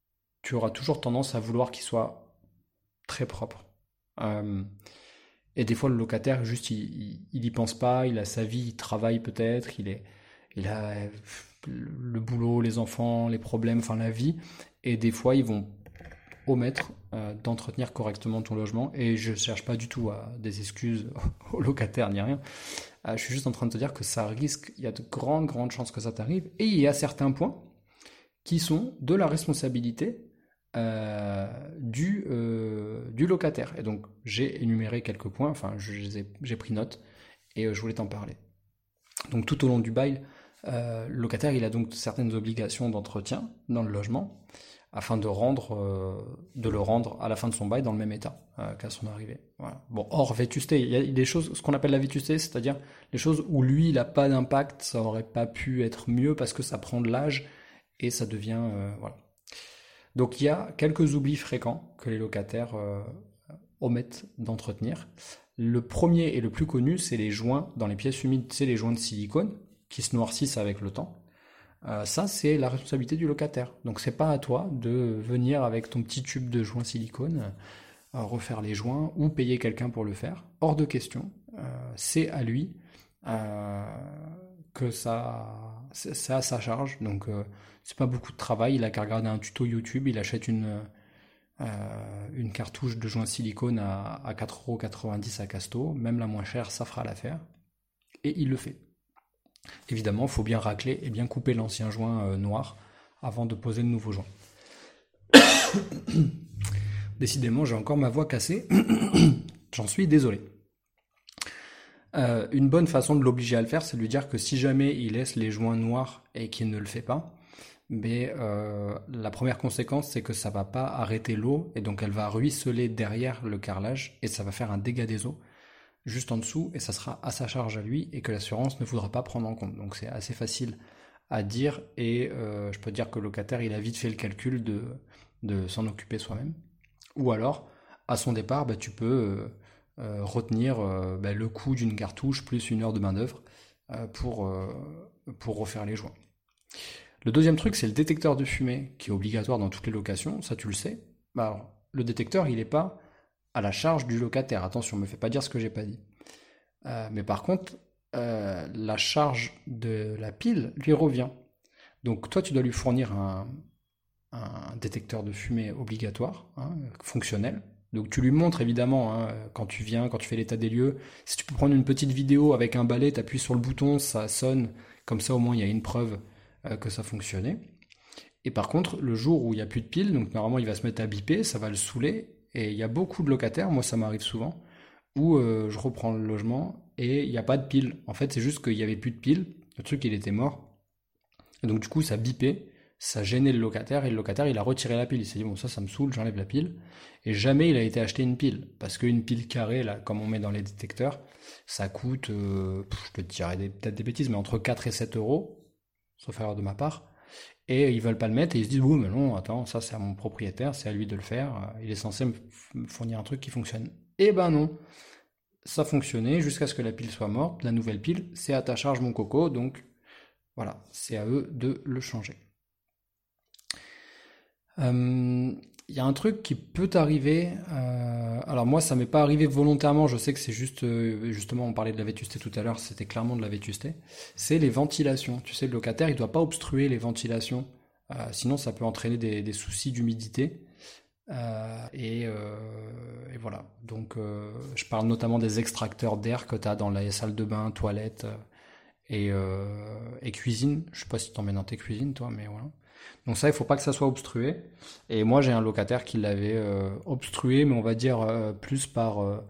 tu auras toujours tendance à vouloir qu'il soit très propre. Euh, et des fois, le locataire, juste, il, il, il y pense pas, il a sa vie, il travaille peut-être, il est, il a euh, le boulot, les enfants, les problèmes, enfin la vie. Et des fois, ils vont omettre euh, d'entretenir correctement ton logement. Et je cherche pas du tout à des excuses aux locataires ni rien. Euh, je suis juste en train de te dire que ça risque, il y a de grandes, grandes chances que ça t'arrive. Et il y a certains points qui sont de la responsabilité euh, du, euh, du locataire. Et donc, j'ai énuméré quelques points, enfin, je les ai- j'ai pris note et euh, je voulais t'en parler. Donc, tout au long du bail, euh, le locataire, il a donc certaines obligations d'entretien dans le logement afin de, rendre, euh, de le rendre à la fin de son bail dans le même état euh, qu'à son arrivée. Voilà. Bon, hors vétusté, il y a des choses, ce qu'on appelle la vétusté, c'est-à-dire les choses où lui, il n'a pas d'impact, ça aurait pas pu être mieux parce que ça prend de l'âge et ça devient... euh, voilà. Donc il y a quelques oublis fréquents que les locataires euh, omettent d'entretenir. Le premier et le plus connu, c'est les joints dans les pièces humides, c'est les joints de silicone qui se noircissent avec le temps. Euh, ça, c'est la responsabilité du locataire. Donc c'est pas à toi de venir avec ton petit tube de joint silicone, euh, refaire les joints ou payer quelqu'un pour le faire. Hors de question. Euh, c'est à lui euh, que ça, c'est à sa charge. Donc euh, c'est pas beaucoup de travail. Il a qu'à regarder un tuto YouTube. Il achète une euh, une cartouche de joint silicone à, à quatre euros quatre-vingt-dix à Casto. Même la moins chère, ça fera l'affaire. Et il le fait. Évidemment, il faut bien racler et bien couper l'ancien joint euh, noir avant de poser le nouveau joint. Décidément, j'ai encore ma voix cassée. J'en suis désolé. Euh, une bonne façon de l'obliger à le faire, c'est de lui dire que si jamais il laisse les joints noirs et qu'il ne le fait pas, mais euh, la première conséquence, c'est que ça va pas arrêter l'eau et donc elle va ruisseler derrière le carrelage et ça va faire un dégât des eaux juste en dessous et ça sera à sa charge à lui et que l'assurance ne voudra pas prendre en compte. Donc c'est assez facile à dire et euh, je peux te dire que le locataire, il a vite fait le calcul de, de s'en occuper soi-même. Ou alors, à son départ, bah, tu peux euh, euh, retenir euh, bah, le coût d'une cartouche plus une heure de main-d'œuvre euh, pour, euh, pour refaire les joints. Le deuxième truc, c'est le détecteur de fumée qui est obligatoire dans toutes les locations, ça tu le sais. Bah, alors, le détecteur, il n'est pas à la charge du locataire. Attention, ne me fais pas dire ce que j'ai pas dit. Euh, mais par contre, euh, la charge de la pile lui revient. Donc toi, tu dois lui fournir un, un détecteur de fumée obligatoire, hein, fonctionnel. Donc tu lui montres évidemment, hein, quand tu viens, quand tu fais l'état des lieux. Si tu peux prendre une petite vidéo avec un balai, tu appuies sur le bouton, ça sonne. Comme ça, au moins, il y a une preuve euh, que ça fonctionnait. Et par contre, le jour où il n'y a plus de pile, donc normalement il va se mettre à biper, ça va le saouler. Et il y a beaucoup de locataires, moi ça m'arrive souvent, où euh, je reprends le logement et il n'y a pas de pile. En fait, c'est juste qu'il n'y avait plus de pile, le truc il était mort. Et donc du coup ça bipait, ça gênait le locataire et le locataire il a retiré la pile. Il s'est dit bon ça ça me saoule, j'enlève la pile. Et jamais il a été acheté une pile. Parce qu'une pile carrée, là, comme on met dans les détecteurs, ça coûte, euh, je te dirais des- peut-être des bêtises, mais entre quatre et sept euros, sauf erreur de ma part. Et ils veulent pas le mettre et ils se disent, oui, mais non, attends, ça c'est à mon propriétaire, c'est à lui de le faire, euh, il est censé me me fournir un truc qui fonctionne. Eh ben non, ça fonctionnait jusqu'à ce que la pile soit morte, la nouvelle pile, c'est à ta charge mon coco, donc voilà, c'est à eux de le changer. Euh, Il y a un truc qui peut t'arriver. Euh, alors moi, ça m'est pas arrivé volontairement. Je sais que c'est juste, euh, justement, on parlait de la vétusté tout à l'heure. C'était clairement de la vétusté. C'est les ventilations. Tu sais, le locataire, il doit pas obstruer les ventilations. Euh, sinon, ça peut entraîner des, des soucis d'humidité. Euh, et, euh, et voilà. Donc, euh, je parle notamment des extracteurs d'air que tu as dans les salles de bain, toilettes euh, et, euh, et cuisine. Je sais pas si tu en mets dans tes cuisines, toi, mais voilà. Donc ça, il faut pas que ça soit obstrué. Et moi, j'ai un locataire qui l'avait euh, obstrué, mais on va dire euh, plus par... euh,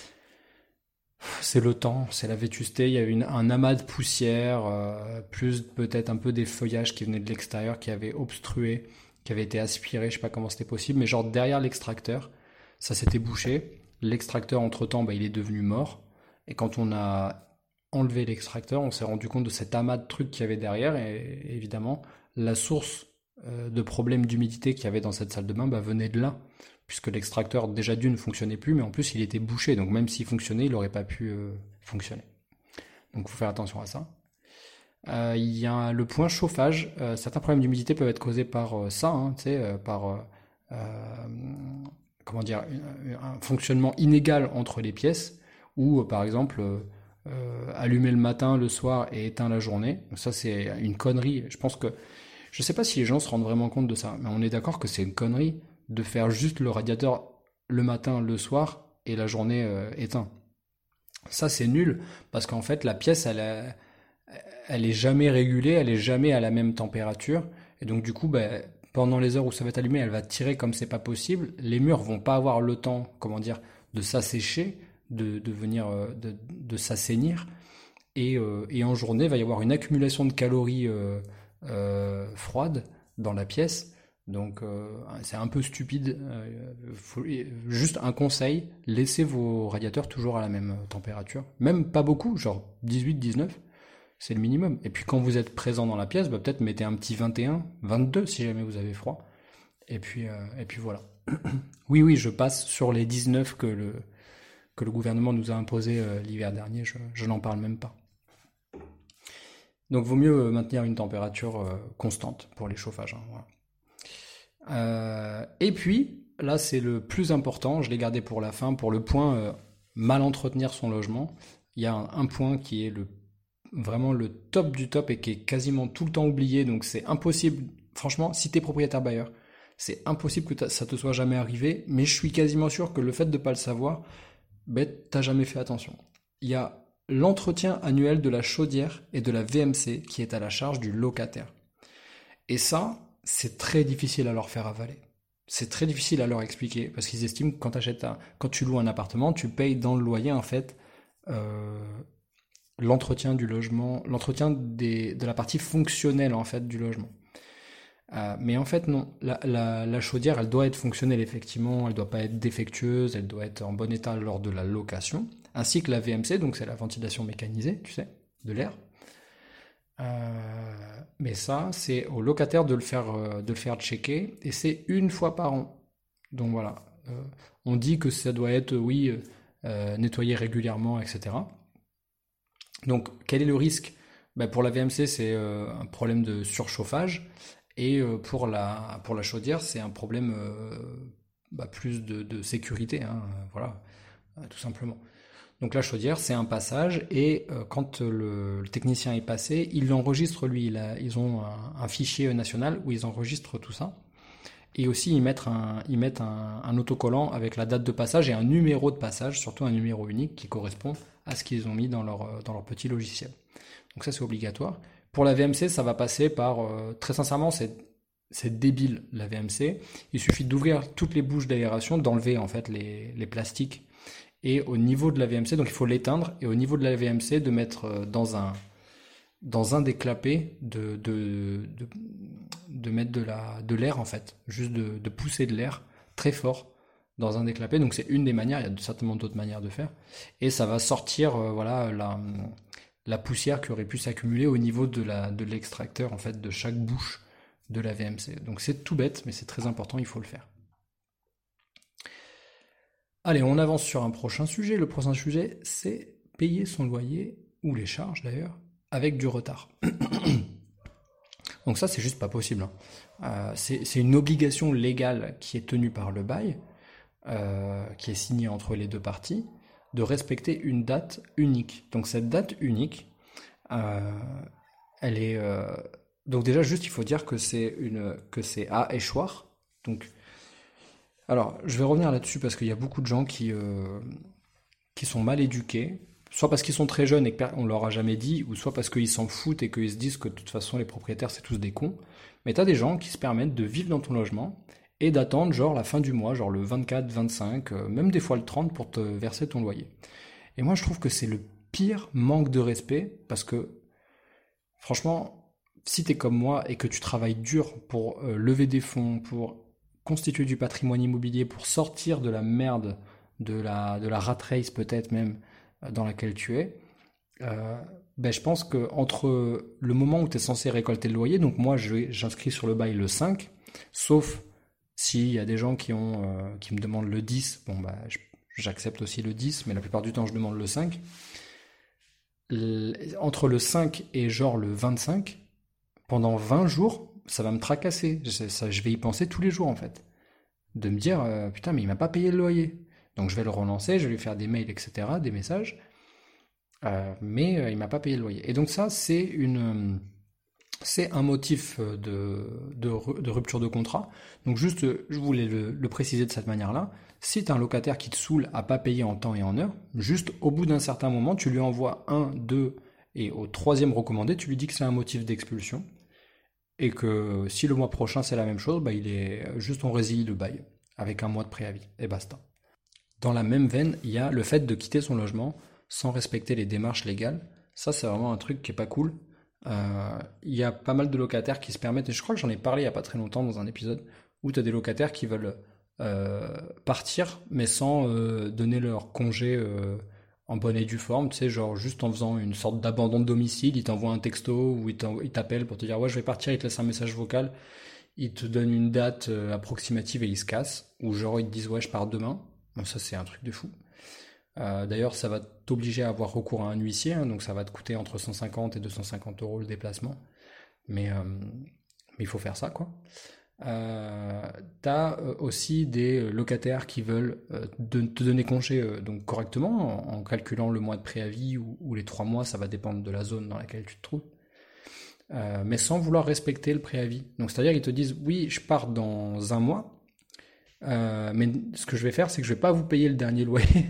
c'est le temps, c'est la vétusté. Il y avait une, un amas de poussière, euh, plus peut-être un peu des feuillages qui venaient de l'extérieur, qui avaient obstrué, qui avaient été aspirés. Je sais pas comment c'était possible, mais genre derrière l'extracteur, ça s'était bouché. L'extracteur, entre-temps, bah, il est devenu mort. Et quand on a enlevé l'extracteur, on s'est rendu compte de cet amas de trucs qu'il y avait derrière. Et, et évidemment, la source euh, de problèmes d'humidité qu'il y avait dans cette salle de bain bah, venait de là, puisque l'extracteur déjà d'une ne fonctionnait plus, mais en plus il était bouché, donc même s'il fonctionnait, il n'aurait pas pu euh, fonctionner. Donc il faut faire attention à ça. Euh, Il y a le point chauffage. Euh, certains problèmes d'humidité peuvent être causés par euh, ça, hein, tu sais, euh, par euh, euh, comment dire, un fonctionnement inégal entre les pièces, ou euh, par exemple euh, euh, allumer le matin, le soir et éteindre la journée. Donc ça c'est une connerie. Je pense que je sais pas si les gens se rendent vraiment compte de ça, mais on est d'accord que c'est une connerie de faire juste le radiateur le matin, le soir et la journée euh, éteint. Ça c'est nul parce qu'en fait la pièce elle, a- elle est jamais régulée, elle est jamais à la même température et donc du coup ben, pendant les heures où ça va être allumé, elle va tirer comme c'est pas possible. Les murs vont pas avoir le temps, comment dire, de s'assécher, de, de venir, euh, de, de s'assainir et, euh, et en journée, il va y avoir une accumulation de calories euh, euh, froides dans la pièce. Donc euh, c'est un peu stupide. Euh, faut- juste un conseil, laissez vos radiateurs toujours à la même température. Même pas beaucoup, genre dix-huit, dix-neuf, c'est le minimum. Et puis quand vous êtes présent dans la pièce, bah, peut-être mettez un petit vingt et un, vingt-deux si jamais vous avez froid. Et puis, euh, et puis voilà. Oui, oui, je passe sur les dix-neuf que le, que le gouvernement nous a imposé euh, l'hiver dernier, je, je n'en parle même pas. Donc, vaut mieux euh, maintenir une température euh, constante pour les chauffages, hein, voilà. Euh, et puis, là, c'est le plus important. Je l'ai gardé pour la fin, pour le point euh, mal entretenir son logement. Il y a un, un point qui est le vraiment le top du top et qui est quasiment tout le temps oublié. Donc, c'est impossible. Franchement, si tu es propriétaire bailleur, c'est impossible que ça te soit jamais arrivé. Mais je suis quasiment sûr que le fait de ne pas le savoir, ben, t'as jamais fait attention. Il y a l'entretien annuel de la chaudière et de la V M C qui est à la charge du locataire. Et ça, c'est très difficile à leur faire avaler. C'est très difficile à leur expliquer parce qu'ils estiment que quand, t'achètes un- quand tu loues un appartement, tu payes dans le loyer en fait euh, l'entretien du logement, l'entretien des- de la partie fonctionnelle en fait du logement. Euh, mais en fait non, la, la- la chaudière elle doit être fonctionnelle effectivement, elle doit pas être défectueuse, elle doit être en bon état lors de la location, ainsi que la V M C, donc c'est la ventilation mécanisée, tu sais, de l'air. Euh, mais ça, c'est au locataire de le faire, euh, de le faire checker, et c'est une fois par an. Donc voilà, Euh, on dit que ça doit être, oui, euh, euh, nettoyé régulièrement, et cetera. Donc quel est le risque? Ben, pour la V M C, c'est euh, un problème de surchauffage, et euh, pour la, pour la chaudière, c'est un problème euh, bah, plus de, de sécurité, hein, voilà, euh, tout simplement. Donc la chaudière, c'est un passage et euh, quand le, le technicien est passé, il l'enregistre lui. Il a- ils ont un, un fichier national où ils enregistrent tout ça. Et aussi, ils mettent, un, ils mettent un, un autocollant avec la date de passage et un numéro de passage, surtout un numéro unique qui correspond à ce qu'ils ont mis dans leur, euh, dans leur petit logiciel. Donc ça, c'est obligatoire. Pour la V M C, ça va passer par... euh, très sincèrement, c'est, c'est débile, la V M C. Il suffit d'ouvrir toutes les bouches d'aération, d'enlever en fait les, les plastiques. Et au niveau de la V M C, donc il faut l'éteindre. Et au niveau de la V M C, de mettre euh, dans un, dans un des clapets, de, de, de, de mettre de, la, de l'air en fait. Juste de, de pousser de l'air très fort dans un des clapets. Donc c'est une des manières, il y a certainement d'autres manières de faire. Et ça va sortir euh, voilà, la, la poussière qui aurait pu s'accumuler au niveau de, la, de l'extracteur en fait, de chaque bouche de la V M C. Donc c'est tout bête, mais c'est très important, il faut le faire. Allez, on avance sur un prochain sujet. Le prochain sujet, c'est payer son loyer, ou les charges d'ailleurs, avec du retard. Donc ça, c'est juste pas possible. Hein. Euh, c'est, c'est une obligation légale qui est tenue par le bail, euh, qui est signée entre les deux parties, de respecter une date unique. Donc cette date unique, euh, elle est... euh, donc déjà, juste, il faut dire que c'est, une, que c'est à échoir. Donc... Alors, je vais revenir là-dessus parce qu'il y a beaucoup de gens qui, euh, qui sont mal éduqués, soit parce qu'ils sont très jeunes et qu'on leur a jamais dit, ou soit parce qu'ils s'en foutent et qu'ils se disent que de toute façon les propriétaires c'est tous des cons. Mais t'as des gens qui se permettent de vivre dans ton logement et d'attendre genre la fin du mois, genre le vingt-quatre, vingt-cinq, euh, même des fois le trente pour te verser ton loyer. Et moi je trouve que c'est le pire manque de respect parce que franchement, si t'es comme moi et que tu travailles dur pour euh, lever des fonds, pour constituer du patrimoine immobilier, pour sortir de la merde, de la, de la rat race peut-être même euh, dans laquelle tu es, euh, ben, je pense que entre le moment où tu es censé récolter le loyer, donc moi je- j'inscris sur le bail le cinq, sauf s'il y a des gens qui, ont, euh, qui me demandent le dix, bon bah je- j'accepte aussi le dix, mais la plupart du temps je demande le cinq. Le- entre le cinq et genre le vingt-cinq, pendant vingt jours, ça va me tracasser. Je, ça, je vais y penser tous les jours en fait. De me dire, euh, putain, mais il m'a pas payé le loyer. Donc je vais le relancer, je vais lui faire des mails, et cetera, des messages. Euh, mais euh, il m'a pas payé le loyer. Et donc ça, c'est une, c'est un motif de, de, de rupture de contrat. Donc juste, je voulais le, le préciser de cette manière-là. Si tu as un locataire qui te saoule à pas payer en temps et en heure, juste au bout d'un certain moment, tu lui envoies un, deux, et au troisième recommandé, tu lui dis que c'est un motif d'expulsion. Et que si le mois prochain c'est la même chose, bah il est juste on résilie le bail avec un mois de préavis et basta. Dans la même veine, il y a le fait de quitter son logement sans respecter les démarches légales. Ça, c'est vraiment un truc qui est pas cool. Euh, Il y a pas mal de locataires qui se permettent, et je crois que j'en ai parlé il y a pas très longtemps dans un épisode, où tu as des locataires qui veulent euh, partir, mais sans euh, donner leur congé euh, en bonne et due forme, tu sais, genre juste en faisant une sorte d'abandon de domicile, ils t'envoient un texto ou ils t'en- ils t'appellent pour te dire ouais je vais partir, ils te laissent un message vocal, ils te donnent une date euh, approximative et ils se cassent, ou genre ils te disent ouais je pars demain. Bon, ça c'est un truc de fou. Euh, d'ailleurs ça va t'obliger à avoir recours à un huissier, hein, donc ça va te coûter entre cent cinquante et deux cent cinquante euros le déplacement, mais, euh, mais il faut faire ça quoi. Euh, t'as euh, aussi des locataires qui veulent euh, de- te donner congé euh, donc correctement en, en calculant le mois de préavis ou, ou les trois mois, ça va dépendre de la zone dans laquelle tu te trouves, euh, mais sans vouloir respecter le préavis. Donc c'est-à-dire ils te disent oui, je pars dans un mois, euh, mais ce que je vais faire, c'est que je vais pas vous payer le dernier loyer.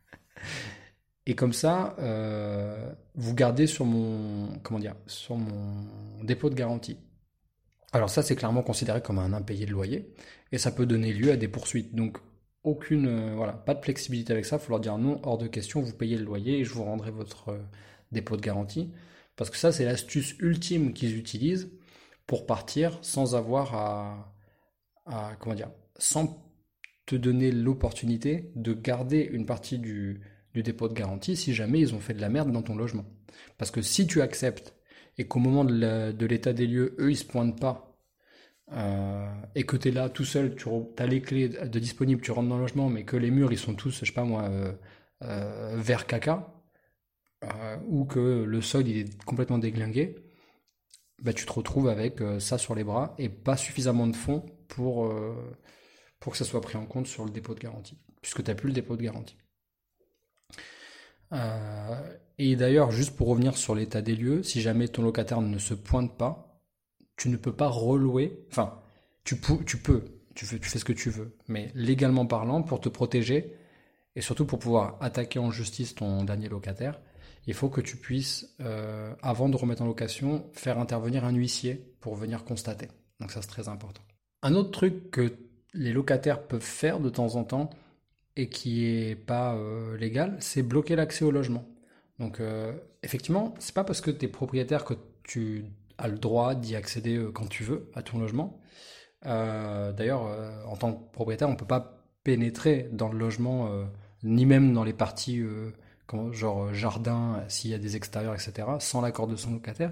Et comme ça, euh, vous gardez sur mon comment dire sur mon dépôt de garantie. Alors ça, c'est clairement considéré comme un impayé de loyer et ça peut donner lieu à des poursuites. Donc aucune, euh, voilà, pas de flexibilité avec ça. Il faut leur dire non, hors de question, vous payez le loyer et je vous rendrai votre euh, dépôt de garantie. Parce que ça, c'est l'astuce ultime qu'ils utilisent pour partir sans avoir à, à comment dire, sans te donner l'opportunité de garder une partie du, du dépôt de garantie si jamais ils ont fait de la merde dans ton logement. Parce que si tu acceptes et qu'au moment de la- de l'état des lieux, eux, ils se pointent pas, euh, et que tu es là tout seul, tu as les clés de disponibles, tu rentres dans le logement, mais que les murs, ils sont tous, je sais pas moi, euh, euh, vert caca, euh, ou que le sol, il est complètement déglingué, bah, tu te retrouves avec euh, ça sur les bras et pas suffisamment de fonds pour, euh, pour que ça soit pris en compte sur le dépôt de garantie, puisque tu n'as plus le dépôt de garantie. Euh, et d'ailleurs, juste pour revenir sur l'état des lieux, si jamais ton locataire ne se pointe pas, tu ne peux pas relouer. Enfin, tu, pou- tu peux, tu fais, tu fais ce que tu veux. Mais légalement parlant, pour te protéger, et surtout pour pouvoir attaquer en justice ton dernier locataire, il faut que tu puisses, euh, avant de remettre en location, faire intervenir un huissier pour venir constater. Donc ça, c'est très important. Un autre truc que les locataires peuvent faire de temps en temps, et qui est pas euh, légal, c'est bloquer l'accès au logement. Donc euh, effectivement, c'est pas parce que tu es propriétaire que tu as le droit d'y accéder euh, quand tu veux à ton logement. Euh, D'ailleurs, euh, en tant que propriétaire, on peut pas pénétrer dans le logement, euh, ni même dans les parties euh, comme, genre euh, jardin, s'il y a des extérieurs, et cetera, sans l'accord de son locataire.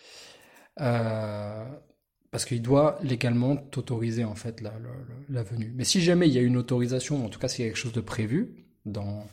Euh, Parce qu'il doit légalement t'autoriser en fait la, la, la venue. Mais si jamais il y a une autorisation, en tout cas s'il y a quelque chose de prévu dans,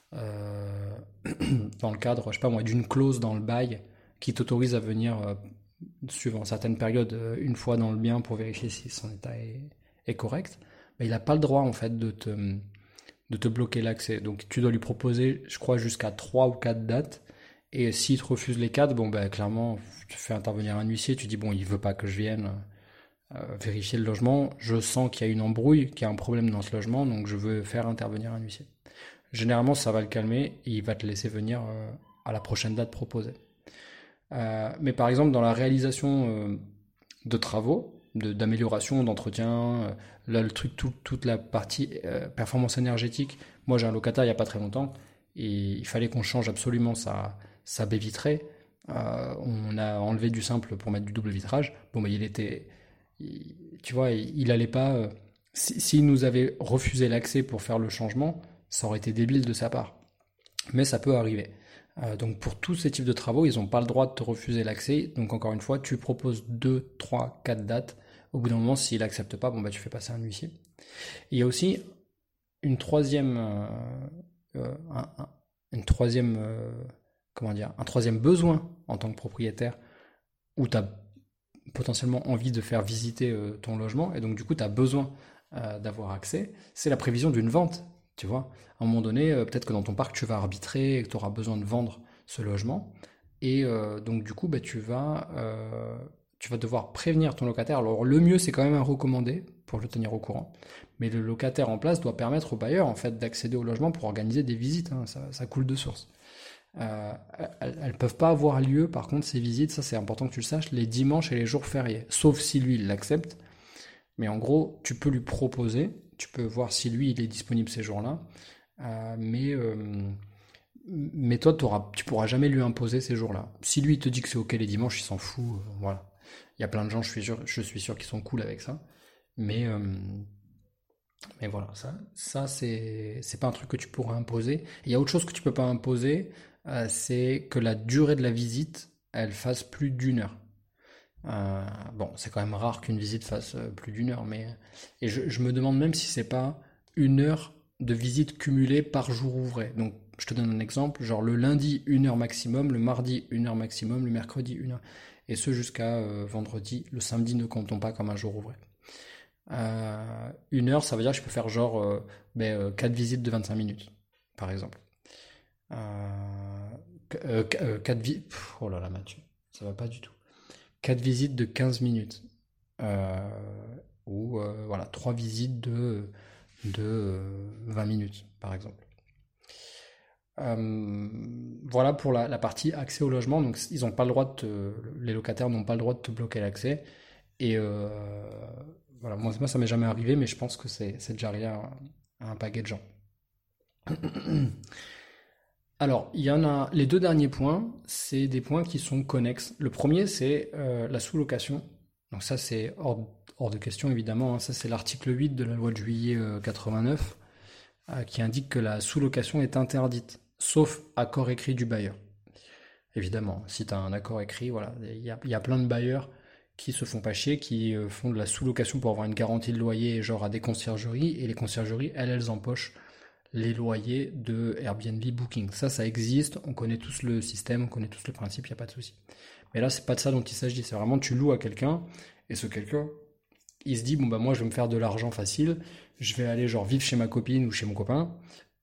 euh, dans le cadre, je sais pas moi, d'une clause dans le bail qui t'autorise à venir euh, suivant certaines périodes euh, une fois dans le bien pour vérifier si son état est, est correct, ben, il n'a pas le droit en fait de te, de te bloquer l'accès. Donc tu dois lui proposer, je crois, jusqu'à trois ou quatre dates. Et s'il te refuse les quatre, bon ben clairement, tu fais intervenir un huissier, tu dis bon, il veut pas que je vienne euh, vérifier le logement, je sens qu'il y a une embrouille, qu'il y a un problème dans ce logement, donc je veux faire intervenir un huissier. Généralement, ça va le calmer et il va te laisser venir euh, à la prochaine date proposée. Euh, mais par exemple, dans la réalisation euh, de travaux, de- d'amélioration, d'entretien, euh, là le truc, tout- toute la partie euh, performance énergétique, moi j'ai un locataire il n'y a pas très longtemps et il fallait qu'on change absolument sa, sa baie vitrée. Euh, on a enlevé du simple pour mettre du double vitrage. Bon, mais il était, il- tu vois, il, il allait pas. euh, si- S'il nous avait refusé l'accès pour faire le changement, ça aurait été débile de sa part. Mais ça peut arriver. Euh, donc pour tous ces types de travaux, ils n'ont pas le droit de te refuser l'accès. Donc encore une fois, tu proposes deux, trois, quatre dates. Au bout d'un moment, s'il n'accepte pas, bon bah tu fais passer un huissier. Et il y a aussi une troisième, euh, euh, un- un- une troisième, euh, comment dire, un troisième besoin en tant que propriétaire où tu as potentiellement envie de faire visiter euh, ton logement et donc du coup tu as besoin euh, d'avoir accès, c'est la prévision d'une vente, tu vois. À un moment donné, euh, peut-être que dans ton parc tu vas arbitrer et que tu auras besoin de vendre ce logement et euh, donc du coup bah, tu vas euh, tu vas devoir prévenir ton locataire. Alors le mieux c'est quand même un recommandé pour le tenir au courant, mais le locataire en place doit permettre au bailleur en fait d'accéder au logement pour organiser des visites, hein. ça, ça coule de source. Euh, elles, elles peuvent pas avoir lieu, par contre, ces visites, ça c'est important que tu le saches, les dimanches et les jours fériés. Sauf si lui, il l'accepte. Mais en gros, tu peux lui proposer, tu peux voir si lui, il est disponible ces jours-là. Euh, mais, euh, mais toi, t'auras, tu pourras jamais lui imposer ces jours-là. Si lui, il te dit que c'est OK les dimanches, il s'en fout. euh, voilà. Il y a plein de gens, je suis sûr, je suis sûr, qui sont cool avec ça. Mais, euh, mais voilà, ça, ça c'est, c'est pas un truc que tu pourras imposer. Il y a autre chose que tu peux pas imposer, euh, c'est que la durée de la visite, elle fasse plus d'une heure. Euh, bon, c'est quand même rare qu'une visite fasse euh, plus d'une heure, mais et je, je me demande même si c'est pas une heure de visite cumulée par jour ouvré. Donc, je te donne un exemple, genre le lundi une heure maximum, le mardi une heure maximum, le mercredi une heure, et ce jusqu'à euh, vendredi. Le samedi ne comptons pas comme un jour ouvré. Euh, une heure, ça veut dire que je peux faire genre euh, ben, euh, quatre visites de vingt-cinq minutes, par exemple. Euh, euh, euh, quatre vi- Pff, oh là là, Mathieu, ça va pas du tout. Quatre visites de quinze minutes. Euh, ou euh, voilà, trois visites de, de euh, vingt minutes, par exemple. Euh, voilà pour la, la partie accès au logement. Donc, ils ont pas le droit de te- les locataires n'ont pas le droit de te bloquer l'accès. Et euh, voilà, moi, moi ça m'est jamais arrivé, mais je pense que c'est c'est déjà arrivé à, à un paquet de gens. Alors, il y en a les deux derniers points, c'est des points qui sont connexes. Le premier, c'est euh, la sous-location. Donc ça, c'est hors, hors de question, évidemment, hein. Ça, c'est l'article huit de la loi de juillet euh, quatre-vingt-neuf euh, qui indique que la sous-location est interdite, sauf accord écrit du bailleur. Évidemment, si tu as un accord écrit, voilà, il y a, il y a plein de bailleurs qui se font pas chier, qui euh, font de la sous-location pour avoir une garantie de loyer, genre à des conciergeries, et les conciergeries, elles, elles empochent les loyers de Airbnb Booking. Ça, ça existe, on connaît tous le système, on connaît tous le principe, il n'y a pas de souci. Mais là, c'est pas de ça dont il s'agit, c'est vraiment tu loues à quelqu'un, et ce quelqu'un, il se dit, bon bah moi je vais me faire de l'argent facile, je vais aller genre vivre chez ma copine ou chez mon copain,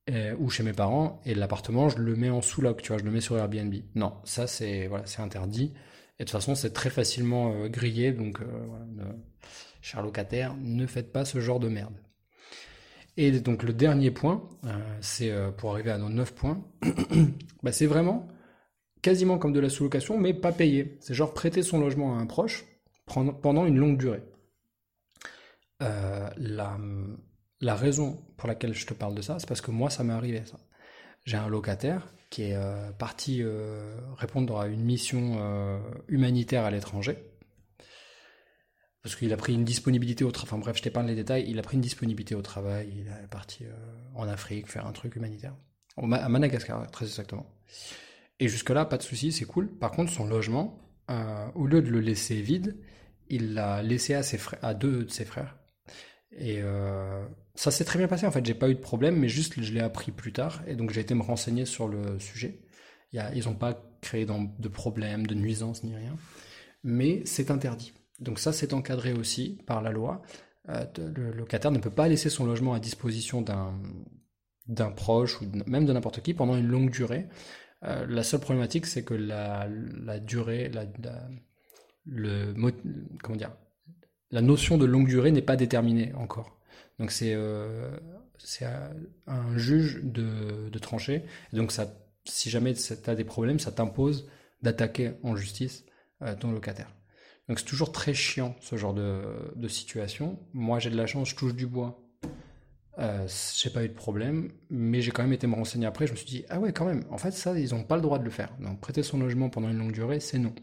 et- ou chez mes parents, et l'appartement, je le mets en sous-loc, tu vois, je le mets sur Airbnb. Non, ça c'est voilà, c'est interdit. Et de toute façon, c'est très facilement euh, grillé, donc euh, voilà, ne- chers locataires, ne faites pas ce genre de merde. Et donc le dernier point, euh, c'est euh, pour arriver à nos neuf points, bah, c'est vraiment quasiment comme de la sous-location, mais pas payé. C'est genre prêter son logement à un proche prendre- pendant une longue durée. Euh, la, la raison pour laquelle je te parle de ça, c'est parce que moi, ça m'est arrivé, ça. J'ai un locataire qui est euh, parti euh, répondre à une mission euh, humanitaire à l'étranger. Parce qu'il a pris une disponibilité au travail. Enfin bref, je t'épargne les détails. Il a pris une disponibilité au travail. Il est parti euh, en Afrique faire un truc humanitaire. Au Ma- À Madagascar, très exactement. Et jusque-là, pas de souci, c'est cool. Par contre, son logement, euh, au lieu de le laisser vide, il l'a laissé à, ses frères, à deux de ses frères. Et euh, ça s'est très bien passé en fait, j'ai pas eu de problème, mais juste je l'ai appris plus tard, et donc j'ai été me renseigner sur le sujet. Il y a, ils n'ont pas créé dans- de problème, de nuisance ni rien, mais c'est interdit. Donc ça c'est encadré aussi par la loi. Euh, de- le locataire ne peut pas laisser son logement à disposition d'un d'un proche ou de- même de n'importe qui pendant une longue durée. Euh, la seule problématique c'est que la, la durée, la, la- le mot- comment dire, la notion de longue durée n'est pas déterminée encore. Donc c'est euh, c'est à un juge de, de trancher. Et donc ça, si jamais tu as des problèmes, ça t'impose d'attaquer en justice euh, ton locataire. Donc c'est toujours très chiant ce genre de, de situation. Moi j'ai de la chance, je touche du bois. Euh, j'ai pas eu de problème, mais j'ai quand même été me renseigner après. Je me suis dit, ah ouais, quand même, en fait, ça, ils n'ont pas le droit de le faire. Donc prêter son logement pendant une longue durée, c'est non.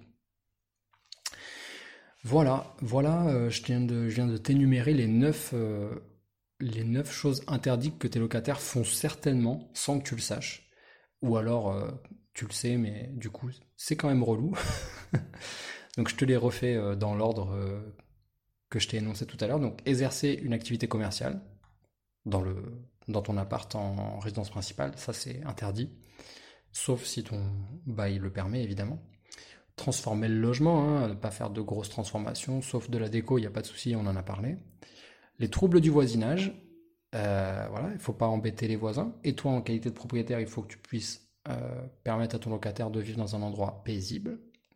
Voilà, voilà, euh, je viens de, je viens de t'énumérer les neuf, euh, les neuf choses interdites que tes locataires font certainement sans que tu le saches. Ou alors, euh, tu le sais, mais du coup, c'est quand même relou. Donc, je te les refais euh, dans l'ordre euh, que je t'ai énoncé tout à l'heure. Donc, exercer une activité commerciale dans le, dans ton appart en résidence principale, ça c'est interdit. Sauf si ton bail le permet, évidemment. Transformer le logement, hein, ne pas faire de grosses transformations, sauf de la déco, il n'y a pas de souci, on en a parlé. Les troubles du voisinage, euh, voilà, il ne faut pas embêter les voisins. Et toi, en qualité de propriétaire, il faut que tu puisses euh, permettre à ton locataire de vivre dans un endroit paisible.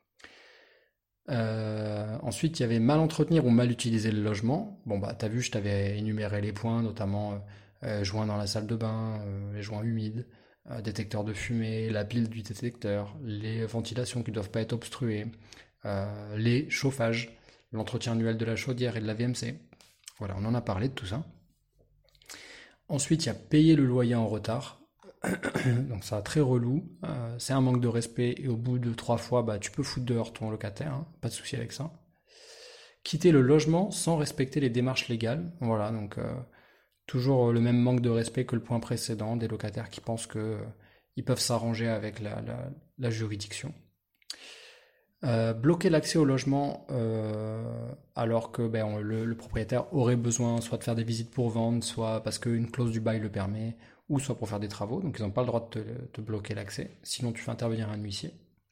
Euh, ensuite, il y avait mal entretenir ou mal utiliser le logement. Bon, bah, t'as vu, je t'avais énuméré les points, notamment euh, euh, joints dans la salle de bain, euh, les joints humides, euh, détecteur de fumée, la pile du détecteur, les ventilations qui ne doivent pas être obstruées, euh, les chauffages, l'entretien annuel de la chaudière et de la V M C. Voilà, on en a parlé de tout ça. Ensuite, il y a payer le loyer en retard. Donc ça, très relou. Euh, c'est un manque de respect et au bout de trois fois, bah, tu peux foutre dehors ton locataire, hein, pas de souci avec ça. Quitter le logement sans respecter les démarches légales. Voilà, donc euh, toujours le même manque de respect que le point précédent, des locataires qui pensent que euh, ils peuvent s'arranger avec la, la- la juridiction. Euh, bloquer l'accès au logement euh, alors que ben, on- le, le propriétaire aurait besoin soit de faire des visites pour vendre, soit parce qu'une clause du bail le permet, ou soit pour faire des travaux. Donc ils n'ont pas le droit de te, te bloquer l'accès, sinon tu fais intervenir un huissier.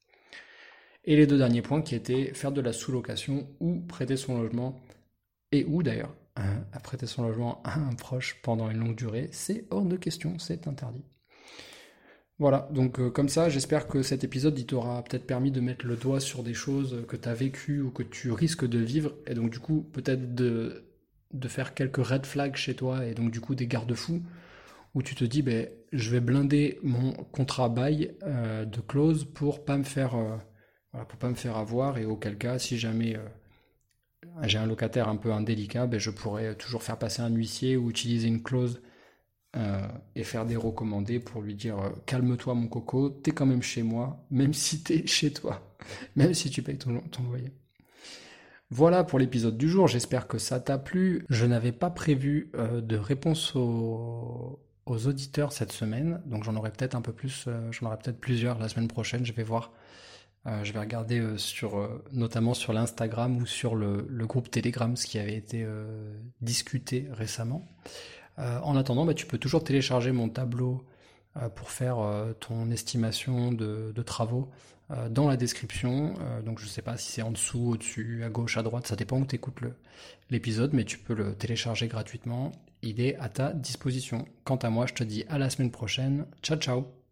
Et les deux derniers points qui étaient faire de la sous-location ou prêter son logement, et ou d'ailleurs, hein, à prêter son logement à un proche pendant une longue durée, c'est hors de question, c'est interdit. Voilà, donc euh, comme ça, j'espère que cet épisode il t'aura peut-être permis de mettre le doigt sur des choses que tu as vécues ou que tu risques de vivre, et donc du coup peut-être de, de faire quelques red flags chez toi, et donc du coup des garde-fous, où tu te dis, ben, je vais blinder mon contrat bail euh, de clause pour pas me faire, euh, voilà, pour pas me faire avoir, et auquel cas, si jamais euh, j'ai un locataire un peu indélicat, ben, je pourrais toujours faire passer un huissier ou utiliser une clause euh, et faire des recommandés pour lui dire euh, calme-toi mon coco, t'es quand même chez moi, même si t'es chez toi, même si tu payes ton, ton loyer. Voilà pour l'épisode du jour, j'espère que ça t'a plu. Je n'avais pas prévu euh, de réponse aux, aux auditeurs cette semaine, donc j'en aurai peut-être un peu plus, euh, j'en aurai peut-être plusieurs la semaine prochaine, je vais voir. Euh, je vais regarder euh, sur, euh, notamment sur l'Instagram ou sur le, le groupe Telegram, ce qui avait été euh, discuté récemment. Euh, en attendant, bah, tu peux toujours télécharger mon tableau euh, pour faire euh, ton estimation de, de travaux euh, dans la description. Euh, donc je ne sais pas si c'est en dessous, au-dessus, à gauche, à droite, ça dépend où tu écoutes l'épisode, mais tu peux le télécharger gratuitement il est à ta disposition. Quant à moi, je te dis à la semaine prochaine. Ciao, ciao.